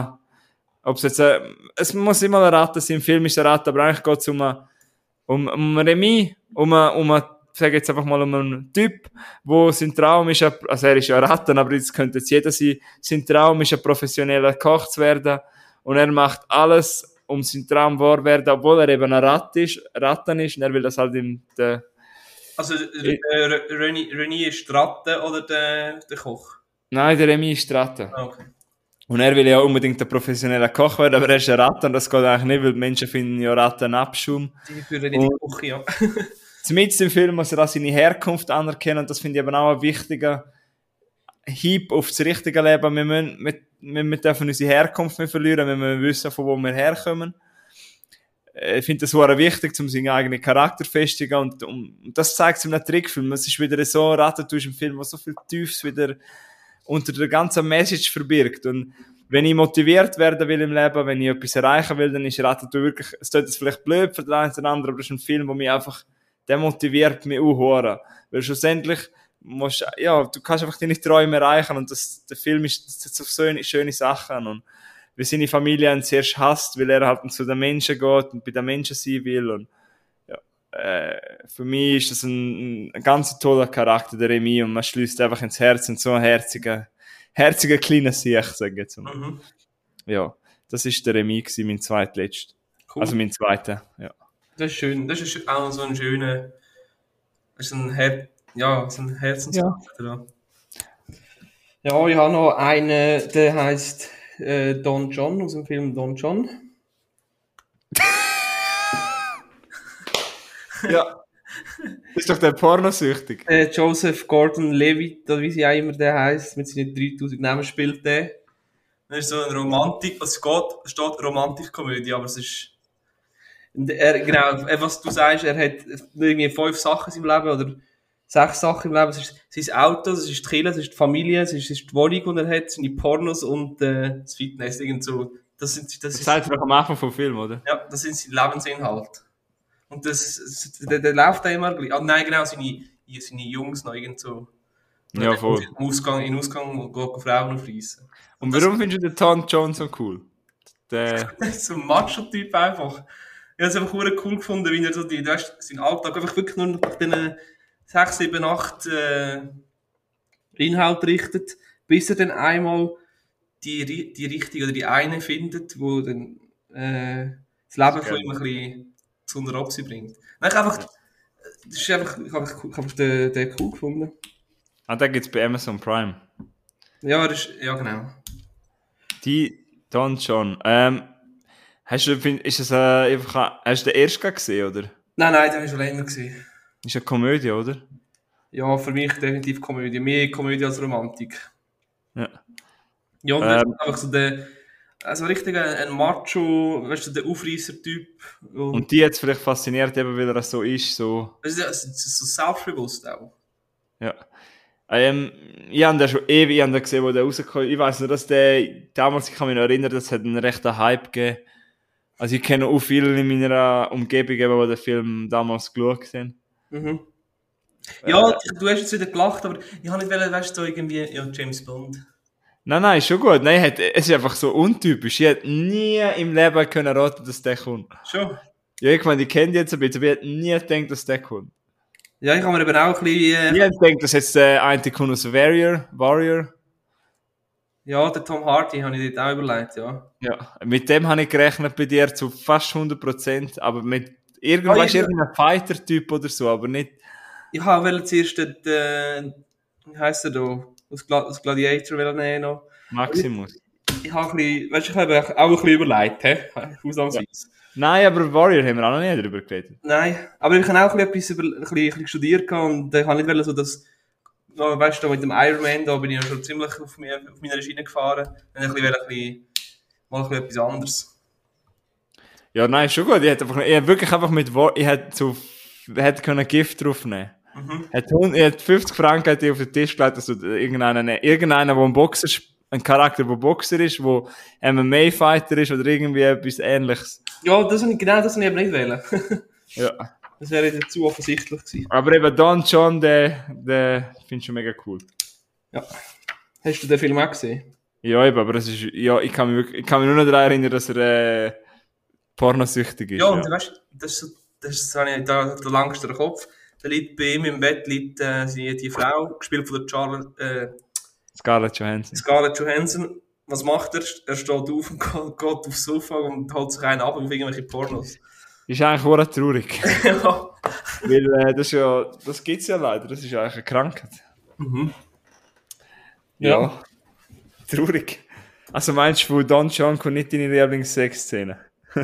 es muss immer eine Ratte sein, im Film ist eine Ratte, aber eigentlich geht es um Remy, ich sage jetzt einfach mal um einen Typ, wo sein Traum ist, also er ist ja ein Ratten, aber das könnte jetzt jeder sein, sein Traum ist, ein professioneller Koch zu werden und er macht alles, um seinen Traum wahr zu werden, obwohl er eben ein Ratten ist und er will das halt Also René ist die Ratte oder der Koch? Nein, der Remy ist die Ratte. Okay. Und er will ja unbedingt ein professioneller Koch werden, aber er ist ein Ratte und das geht eigentlich nicht, weil die Menschen finden ja Ratten Abschaum. Die führen nicht in die Küche, ja. Zumindest im Film muss er auch seine Herkunft anerkennen und das finde ich eben auch ein wichtiger Hieb auf das richtige Leben. Wir dürfen unsere Herkunft nicht verlieren, wenn wir wissen, von wo wir herkommen. Ich finde das sehr wichtig, um seinen eigenen Charakter zu festigen und das zeigt es in einem Trickfilm. Es ist wieder so ein Ratatouille im Film, was so viel Tiefes wieder unter der ganzen Message verbirgt und wenn ich motiviert werden will im Leben, wenn ich etwas erreichen will, dann ist Ratatouille wirklich, es tut jetzt vielleicht blöd für den einen oder anderen, aber das ist ein Film, der mich einfach, der motiviert mich auch. Weil schlussendlich musst, ja, du kannst einfach deine Träume erreichen und der Film ist so schöne Sachen und wie seine Familie ihn zuerst hasst, weil er halt zu den Menschen geht und bei den Menschen sein will und ja, für mich ist das ein ganz toller Charakter, der Remy, und man schließt einfach ins Herz und so ein herziger kleiner Sieg, sag ich jetzt mal. Mhm. Ja, das ist der Remy gewesen, mein zweitletzt. Cool. Also mein zweiter, ja. Das ist schön. Das ist auch so ein schöner, das ist so ein Herzenscharakter. Ja, ich habe noch einen, der heißt Don John aus dem Film Don John. Ja. Ist doch der pornosüchtig. Joseph Gordon-Levitt, oder wie sie auch immer der heißt, mit seinen 3000 Namen spielt der. Das ist so eine Romantik, es steht Romantikkomödie, aber es ist genau, was du sagst, er hat irgendwie 5 Sachen in seinem Leben oder 6 Sachen im Leben. Es ist sein Auto, es ist die Kirche, es ist die Familie, es ist die Wohnung, die er hat, seine Pornos und das Fitness. Irgend so. Das sagt er doch am Anfang vom Film, oder? Ja, das sind seine Lebensinhalte. Und der läuft da immer gleich. Ah, nein, genau, seine Jungs noch irgend so. Ja, voll. In Ausgang geht Frauen aufreißen. Und warum findest du den Tom Jones so cool? Das ist so ein Macho-Typ einfach. Ich habe es einfach cool gefunden, wie er so seinen Alltag einfach wirklich nur nach diesen 6, 7, 8 Inhalt richtet, bis er dann einmal die richtige oder die eine findet, wo dann das Leben von ihm ein bisschen zu einer Opsi bringt. Nein, ich habe den cool gefunden. Ah, den gibt es bei Amazon Prime. Ja, genau. Die Don John. Hast du den ersten gesehen, oder? Nein, den habe ich schon länger gesehen. Ist eine Komödie, oder? Ja, für mich definitiv Komödie. Mehr Komödie als Romantik. Ja. Ja, und das ist einfach so also richtig ein Macho, weißt du, der Aufreisser-Typ. Und die hat es vielleicht fasziniert, eben weil er so ist, so... Es ist so selbstbewusst auch. Ja. Ich habe den schon ewig gesehen, wo der rausgekommen ist. Ich weiss nur, dass der damals, ich kann mich noch erinnern, das hat einen rechten Hype gegeben. Also ich kenne auch viele in meiner Umgebung, die den Film damals geschaut haben. Mhm. Ja, du hast jetzt wieder gelacht, aber ich habe nicht wollen, weißt du, so irgendwie, ja, James Bond. Nein, ist schon gut. Nein, es ist einfach so untypisch. Ich hätte nie im Leben können raten, dass der kommt. Schon? Ja, ich meine, ich kenne die jetzt ein bisschen, aber ich hätte nie gedacht, dass der kommt. Ja, ich habe mir eben auch ein bisschen... Ich hätte gedacht, dass jetzt der eine kommt aus Warrior. Ja, der Tom Hardy habe ich dort auch überlegt, ja. Ja, mit dem habe ich gerechnet bei dir zu fast 100%, aber mit irgendeinem Fighter-Typ oder so, aber nicht... Ich habe zuerst den, wie heisst er da, aus Gladiator nehmen noch. Maximus. Ich habe ein bisschen, weißt du, ich habe auch ein bisschen überlegt, ausnahmsweise. Ja. Nein, aber Warrior haben wir auch noch nie darüber geredet. Nein, aber ich habe auch ein bisschen studiert und ich habe nicht so das, weißt du, mit dem Iron Man, da bin ich ja schon ziemlich auf meiner Schiene gefahren. Dann habe ich mal ein bisschen etwas anderes. Ja, nein, schon gut. Ich hätte wirklich einfach hätte können Gift draufnehmen. Ich hätte 50 Franken auf den Tisch gelegt, dass du irgendeiner, der ein Charakter, der Boxer ist, der MMA-Fighter ist oder irgendwie etwas Ähnliches. Ja, das habe ich eben nicht wählen. Ja. Das wäre jetzt zu offensichtlich gewesen. Aber eben Don John, der finde ich schon mega cool. Ja. Hast du den Film auch gesehen? Ja, eben, aber das ist, ja, ich kann mich nur noch daran erinnern, dass er pornosüchtig ist. Ja, und weißt du, das habe ich da langst den Kopf. Da liegt bei ihm im Bett die Frau, gespielt von der Scarlett Johansson. Was macht er? Er steht auf und geht aufs Sofa und holt sich einen ab auf irgendwelche Pornos. Ist eigentlich auch traurig. Ja. Weil das gibt es ja leider, das ist eigentlich eine Krankheit. Mhm. Ja. Traurig. Also meinst du, Don John kommt nicht in deine Lieblings-Sex-Szene?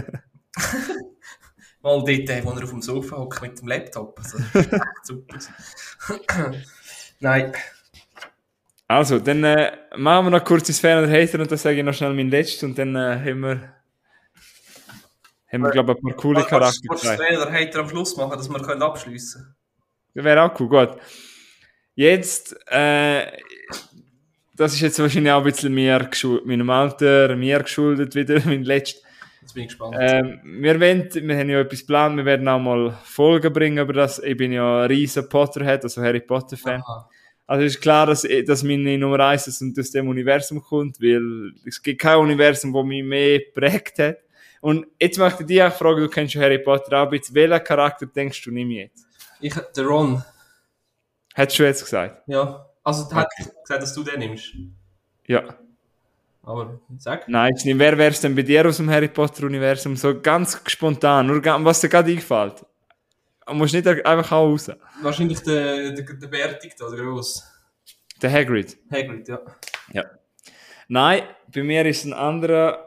Mal dort, wo er auf dem Sofa hockt mit dem Laptop. Also, das ist echt super. Nein. Also, dann machen wir noch kurz ins Fan oder Hater und dann sage ich noch schnell mein letztes und dann haben wir glaube ich, ein paar coole Charaktere. Willst du das Fan oder Hater am Schluss machen, dass wir abschliessen können? Das wäre auch cool, gut. Jetzt, das das ist jetzt wahrscheinlich auch ein bisschen meinem Alter, mir geschuldet wieder, mein letztes. Jetzt bin ich gespannt. Wir haben ja etwas geplant, wir werden auch mal Folgen bringen über das. Ich bin ja ein riesen Potterhead, also Harry Potter-Fan. Aha. Also ist klar, dass meine Nummer 1 aus dem Universum kommt, weil es gibt kein Universum, das mich mehr geprägt hat. Und jetzt möchte ich dich auch fragen, du kennst schon Harry Potter auch ein bisschen, welchen Charakter denkst du, nimm ich jetzt? Der Ron. Hättest du jetzt gesagt? Ja. Also, der hat gesagt, dass du den nimmst. Ja. Aber, sag. Nein, jetzt nicht. Wer wäre es denn bei dir aus dem Harry Potter-Universum? So ganz spontan, nur was dir gerade eingefällt. Du musst nicht einfach auch raus. Wahrscheinlich der Bärtig da, der Gross. Der Hagrid. Hagrid, ja. Ja. Nein, bei mir ist ein anderer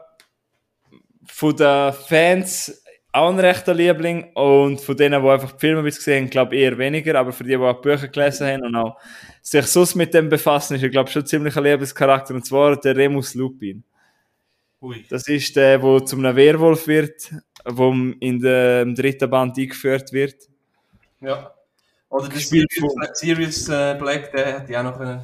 von den Fans auch ein rechter Liebling und von denen, die einfach die Filme bis gesehen haben, glaube ich eher weniger, aber für die auch die Bücher gelesen haben und auch sich sonst mit dem befassen, ist er, glaube ich, schon ziemlich ein Liebescharakter, und zwar der Remus Lupin. Ui. Das ist der, der zu einem Werwolf wird, der im 3. Band eingeführt wird. Ja. Oder der Gespielt Sirius Black, der hätte ich auch noch können.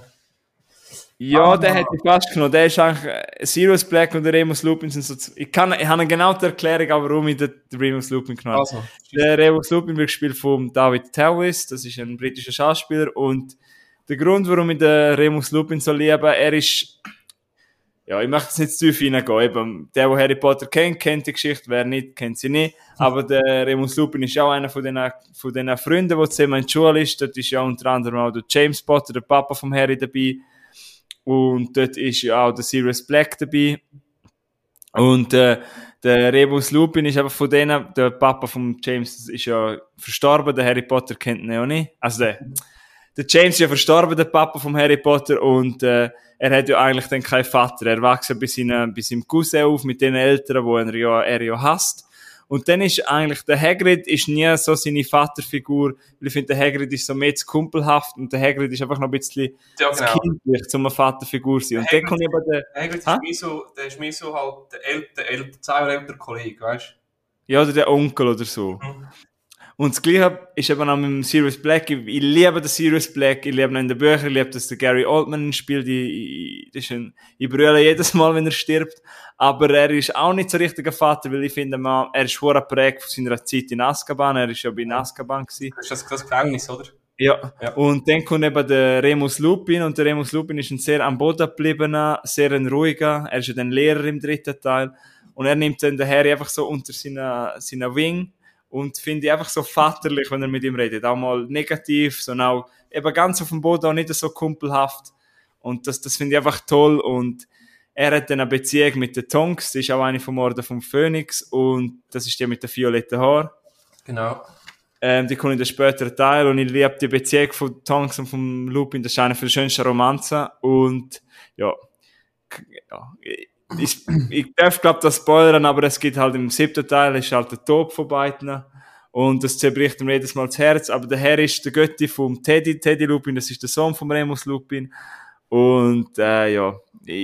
Ja, der hätte ich fast genommen. Der ist eigentlich, Sirius Black und der Remus Lupin sind so, ich habe genau die Erklärung, aber warum ich den Remus Lupin genommen habe. Also, Der Remus Lupin wird gespielt von David Tewis, das ist ein britischer Schauspieler, und der Grund, warum ich den Remus Lupin so liebe, er ist, ja, ich möchte jetzt nicht zu tief hineingehen, eben, der Harry Potter kennt die Geschichte, wer nicht, kennt sie nicht, aber der Remus Lupin ist auch einer von den Freunden, der zusammen in der Schule ist, dort ist ja unter anderem auch der James Potter, der Papa von Harry, dabei. Und dort ist ja auch der Sirius Black dabei. Und der Remus Lupin ist einfach von denen, der Papa von James ist ja verstorben, der Harry Potter kennt ihn ja nicht. Also der James ist ja verstorben, der Papa von Harry Potter, und er hat ja eigentlich dann keinen Vater. Er wächst ja bei seinem Cousin auf, mit den Eltern, wo er ja hasst. Und dann ist eigentlich, der Hagrid ist nie so seine Vaterfigur, weil ich finde, der Hagrid ist so mehr zu kumpelhaft und der Hagrid ist einfach noch ein bisschen ja, zu kindlich, um eine Vaterfigur zu sein. Und dann kommt eben der Hagrid ist mehr so halt der 2 Jahre ältere Kollege, weißt du? Ja, oder der Onkel oder so. Mhm. Und das Gleiche ist eben auch mit dem Sirius Black. Ich liebe den Sirius Black, ich liebe ihn in den Büchern, ich liebe, dass der Gary Oldman spielt. Ich brülle jedes Mal, wenn er stirbt. Aber er ist auch nicht so richtiger Vater, weil ich finde, er ist vorher geprägt von seiner Zeit in Azkaban. Er ist ja bei Azkaban gewesen. Das ist das Gefängnis, oder? Ja. Ja. Und dann kommt eben der Remus Lupin, und der Remus Lupin ist ein sehr am Boden gebliebener, sehr ein ruhiger. Er ist ja dann Lehrer im 3. Teil. Und er nimmt dann den Harry einfach so unter seiner Wing. Und finde ich einfach so vaterlich, wenn er mit ihm redet. Auch mal negativ, sondern auch eben ganz auf dem Boden, auch nicht so kumpelhaft. Und das finde ich einfach toll. Und er hat dann eine Beziehung mit der Tonks, die ist auch eine vom Orden vom Phönix. Und das ist die mit den violetten Haaren. Genau. Die kommt in den späteren Teil. Und ich liebe die Beziehung von Tonks und vom Lupin. Das ist eine der schönsten Romanzen. Und ja, ich darf, glaube das spoilern, aber es gibt halt im 7. Teil, ist halt der Tod von beiden. Und das zerbricht mir jedes Mal das Herz. Aber der Herr ist der Götti vom Teddy Lupin, das ist der Sohn von Remus Lupin. Und, der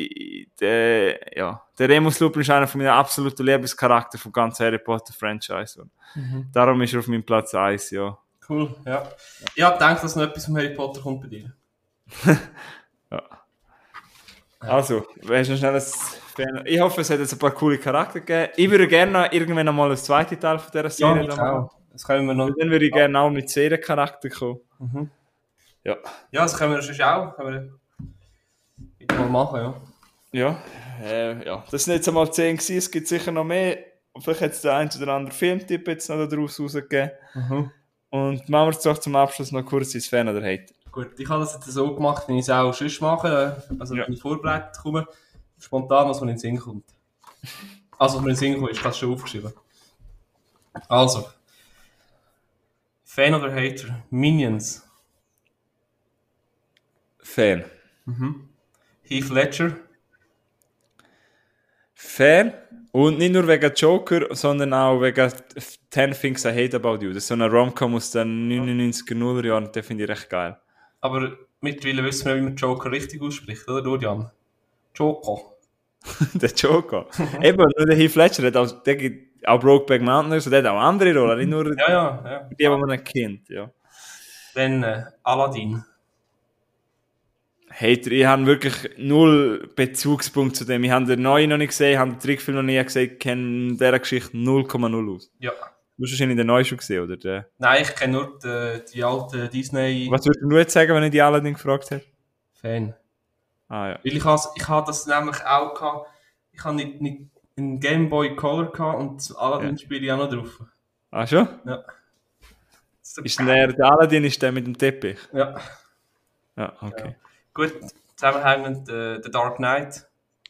Remus Lupin ist einer von meinen absoluten Lieblingscharakter vom ganzen Harry Potter Franchise. Darum ist er auf meinem Platz 1, ja. Cool, ja. Ich habe gedacht, dass noch etwas von Harry Potter kommt bei dir. Ja. Also, weißt du noch schnell ich hoffe, es hat jetzt ein paar coole Charakter gegeben. Ich würde gerne irgendwann noch mal ein zweiten Teil von dieser Serie machen. Das können wir noch. Dann würde ich gerne auch mit Seriencharakter kommen. Mhm. Ja. Ja, das können wir sonst auch. Können wir wieder mal machen, ja. Ja. Das sind jetzt einmal 10 gewesen. Es gibt sicher noch mehr. Vielleicht hat es den einen oder anderen Filmtipp jetzt noch daraus rausgegeben. Mhm. Und machen wir jetzt doch zum Abschluss noch kurz ins Fan oder Hate. Gut, ich habe das jetzt so gemacht, wie ich es auch sonst mache. Also wenn ich vorbereitet komme, spontan, was mir in den Sinn kommt. Also was mir in den Sinn kommt, ist das schon aufgeschrieben. Also. Fan oder Hater? Minions. Fan. Heath Ledger. Fan. Und nicht nur wegen Joker, sondern auch wegen 10 Things I Hate About You. Das ist so eine Rom-Com aus den 99er Nullerjahren, den finde ich recht geil. Aber mittlerweile wissen wir, wie man Joker richtig ausspricht, oder, Dorian? Joker. Der Joker. Eben, nur der Heath Ledger, der gibt auch Brokeback Mountain, also der hat auch andere Rollen, nicht nur Ja. die man nicht kennt. Ja. Dann Aladdin. Hater, ich habe wirklich null Bezugspunkt zu dem. Ich habe den neuen noch nicht gesehen, habe den Trickfilm noch nie gesehen, kenne dieser Geschichte 0,0 aus. Ja. Du hast wahrscheinlich den neuen schon gesehen, oder? Nein, ich kenne nur die alten Disney-Fan. Was würdest du nur jetzt sagen, wenn ich die Aladdin gefragt hätte? Ah ja. Weil ich habe das nämlich auch gehabt. Ich habe nicht einen Game Boy Color gehabt und das Aladdin-Spiel ich auch noch drauf. Ah schon? Ja. Ist der Aladdin ist der mit dem Teppich? Ja. Ja, okay. Ja. Gut, zusammenhängend The Dark Knight.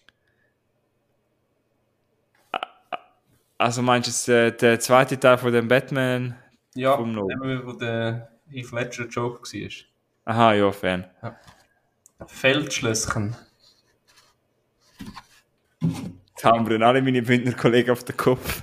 Also meinst du jetzt der zweite Teil von dem Batman? Ja, Vom Nolan. wo der Heath Ledger Joker war. Aha, ja, Fan. Ja. Feldschlösschen. Jetzt haben wir alle meine Bündner Kollegen auf den Kopf.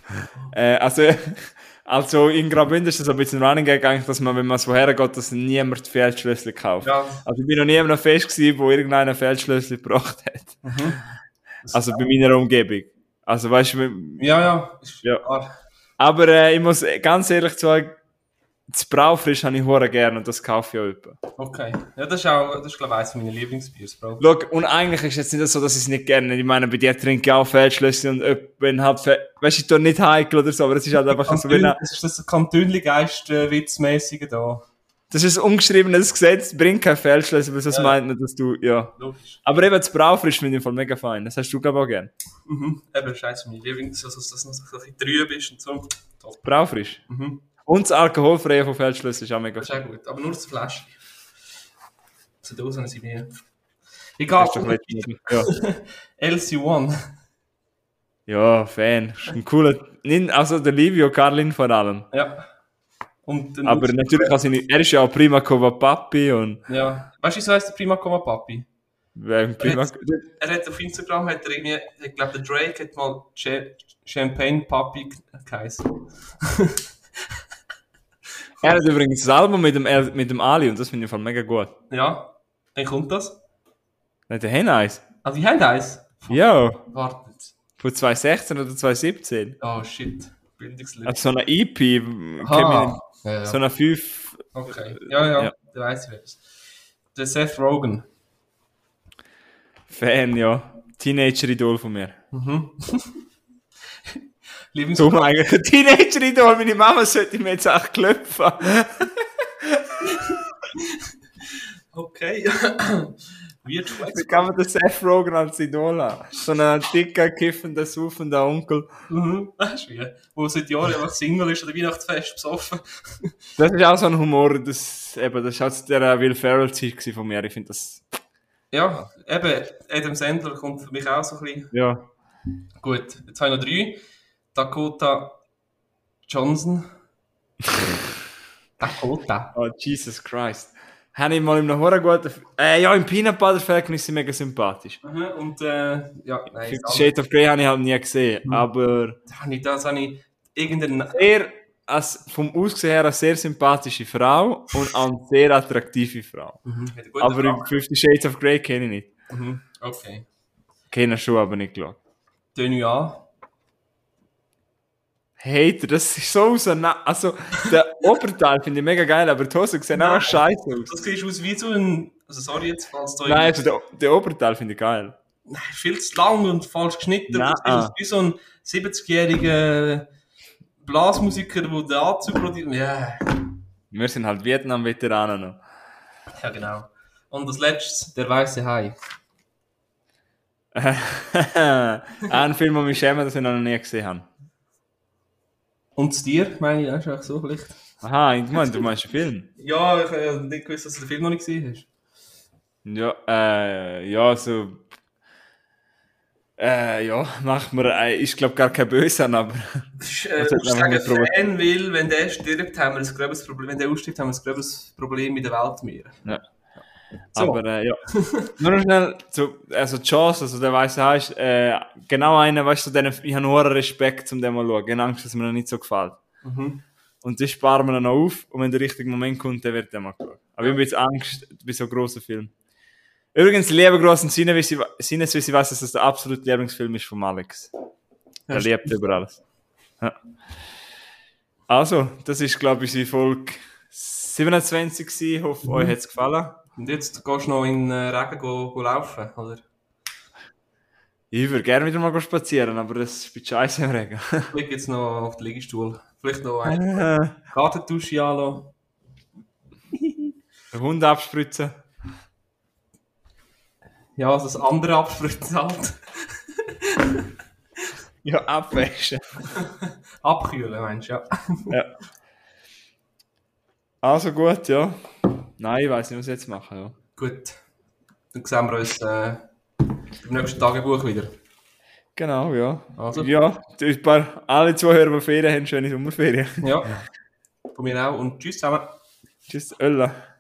Also in Graubünden ist das ein bisschen Running Gag eigentlich, dass man, wenn man so hergeht, dass niemand Feldschlössli kauft. Ja. Also ich bin noch nie auf einem Fest gewesen, wo irgendeiner Feldschlössli gebracht hat. Mhm. Also bei meiner Umgebung. Also weißt du, Ja. ja. Aber ich muss ganz ehrlich sagen, das Braufrisch habe ich hure gerne und das kaufe ich auch etwa. Okay. Ja, das ist glaube ich eines meiner Lieblingsbiers, Bro. Schau, und eigentlich ist es jetzt nicht so, dass ich es nicht gerne. Ich meine, bei dir trinke ich auch Feldschlössli und wenn halt, weißt du, ich tue nicht heikel oder so, aber es ist halt einfach so wie Das ist das Kantönli-Geist-Witzmäßige da. Das ist ein ungeschriebenes Gesetz, bring kein Feldschlössli, aber das meint nicht, dass du, ja. Logisch. Aber eben das Braufrisch finde ich voll mega fein. Das hast du, glaube ich, auch gern. Mhm. Eben, scheiße, mein Lieblings, also, dass das noch so ein bisschen trüb ist und so. Top. Braufrisch. Mhm. Und das Alkoholfreie von Feldschlössli ist auch mega Das ist fein. auch gut, aber nur das Fläschchen. So Dosen sind mir. Das Egal. ist doch letztes Mal. Ja. LC1. Ja, Fan. Ist ein cooler, also der Livio Carlin vor allem. Ja. Und dann Aber natürlich auch er ist ja auch Prima Cova Papi und ja. Weißt du, wieso heißt der Prima Coma Papi? Prima. Er hat auf Instagram, irgendwie, ich glaube, der Drake hat mal Champagne Papi geheißen. Er hat übrigens das Album mit dem Ali und das finde ich voll mega gut. Ja. Wann kommt das? Nicht der Henneis? Ah, die haben eins? Ja. Wartet. Von 2016 oder 2017. Oh shit. Bildungslücke. Also so eine EP. Ja. So eine 5. Okay. Ja. Der weiß ich wer es. Der Seth Rogen. Fan, ja. Teenager-Idol von mir. Lieblings- Du eigentlich ein Teenager-Idol, meine Mama sollte mir jetzt auch klopfen. Okay. Weird Flex. Wie kann man den Seth Rogen als Idol haben? So ein dicker, kiffender, saufender Onkel. Das ist wie, wo seit Jahren einfach Single ist oder Weihnachtsfest besoffen. Das ist auch so ein Humor, das ist halt der Will Ferrell-Zeit von mir. Ich finde das... Ja, eben, Adam Sandler kommt für mich auch so ein bisschen. Ja. Gut, jetzt habe ich noch 3. Dakota Johnson. Dakota. Oh, Jesus Christ. Habe ich mal in einem Horror guten... ja, im Peanut Butter Falcon ist sie mega sympathisch. Und, ja, nein. Shade of Grey habe ich halt nie gesehen, aber... Das habe ich irgendeinen... Vom Aussehen her eine sehr sympathische Frau und eine sehr attraktive Frau. Aber in 50 Shades of Grey kenne ich nicht. Okay. Kenne schon, aber nicht geschaut. Dönua. Hater, das ist so also, der Oberteil finde ich mega geil, aber die Hosen sehen einfach scheiße aus. Das sieht aus wie so ein... Also sorry jetzt, falls da... Nein, also der Oberteil finde ich geil. Nein, viel zu lang und falsch geschnitten. Nein. Das ist wie so ein 70-jähriger Blasmusiker, der den Anzug produziert. Ja. Wir sind halt Vietnam-Veteranen noch. Ja, genau. Und das letzte, der weiße Hai. Ein Film, den mich schäme, dass ich noch nie gesehen habe. Und das Tier, meine ich, ist auch so vielleicht. Aha, ich meine, du meinst einen Film? Ja, ich habe ja nicht gewusst, dass du den Film noch nicht gesehen hast. Ja, so... ja, macht mir... ich glaube gar kein Böse an, aber... Ich sage, Fan will, wenn der stirbt, haben wir ein gröberes Problem. Wenn der ausstirbt, haben wir ein gröberes Problem mit der Weltmeer. Ja. So. Aber ja. Nur noch schnell, also Jaws, also der weiße Hai ist genau einer, weißt du, ich habe nur Respekt, um den mal zu schauen. Ich habe Angst, dass mir noch nicht so gefällt. Und das sparen wir dann noch auf und wenn der richtige Moment kommt, dann wird der mal geschaut. Aber ich habe jetzt Angst bei so grossen Filmen. Übrigens, liebe grossen Sinnes, wie ich weiß, dass das der absolute Lieblingsfilm ist von Alex. Er liebt über alles. Ja. Also, das ist, glaube ich, die Folge 27 gewesen. Ich hoffe, euch hat es gefallen. Und jetzt gehst du noch in den Regen go laufen, oder? Ich würde gerne wieder mal spazieren, aber das ist scheiße im Regen. Vielleicht jetzt noch auf den Liegestuhl. Vielleicht noch eine Gartendusche anlassen. Den Hund abspritzen. Ja, also das andere abspritzen halt. Ja, abwaschen. Abkühlen, meinst du, ja. Ja. Also gut, ja. Nein, ich weiss nicht, was ich jetzt machen. Ja. Gut. Dann sehen wir uns im nächsten Tagebuch wieder. Genau, ja. Also. Ja, alle Zuhörer, die Ferien haben, schöne Sommerferien. Ja. Von mir auch. Und tschüss zusammen. Tschüss, Ölla.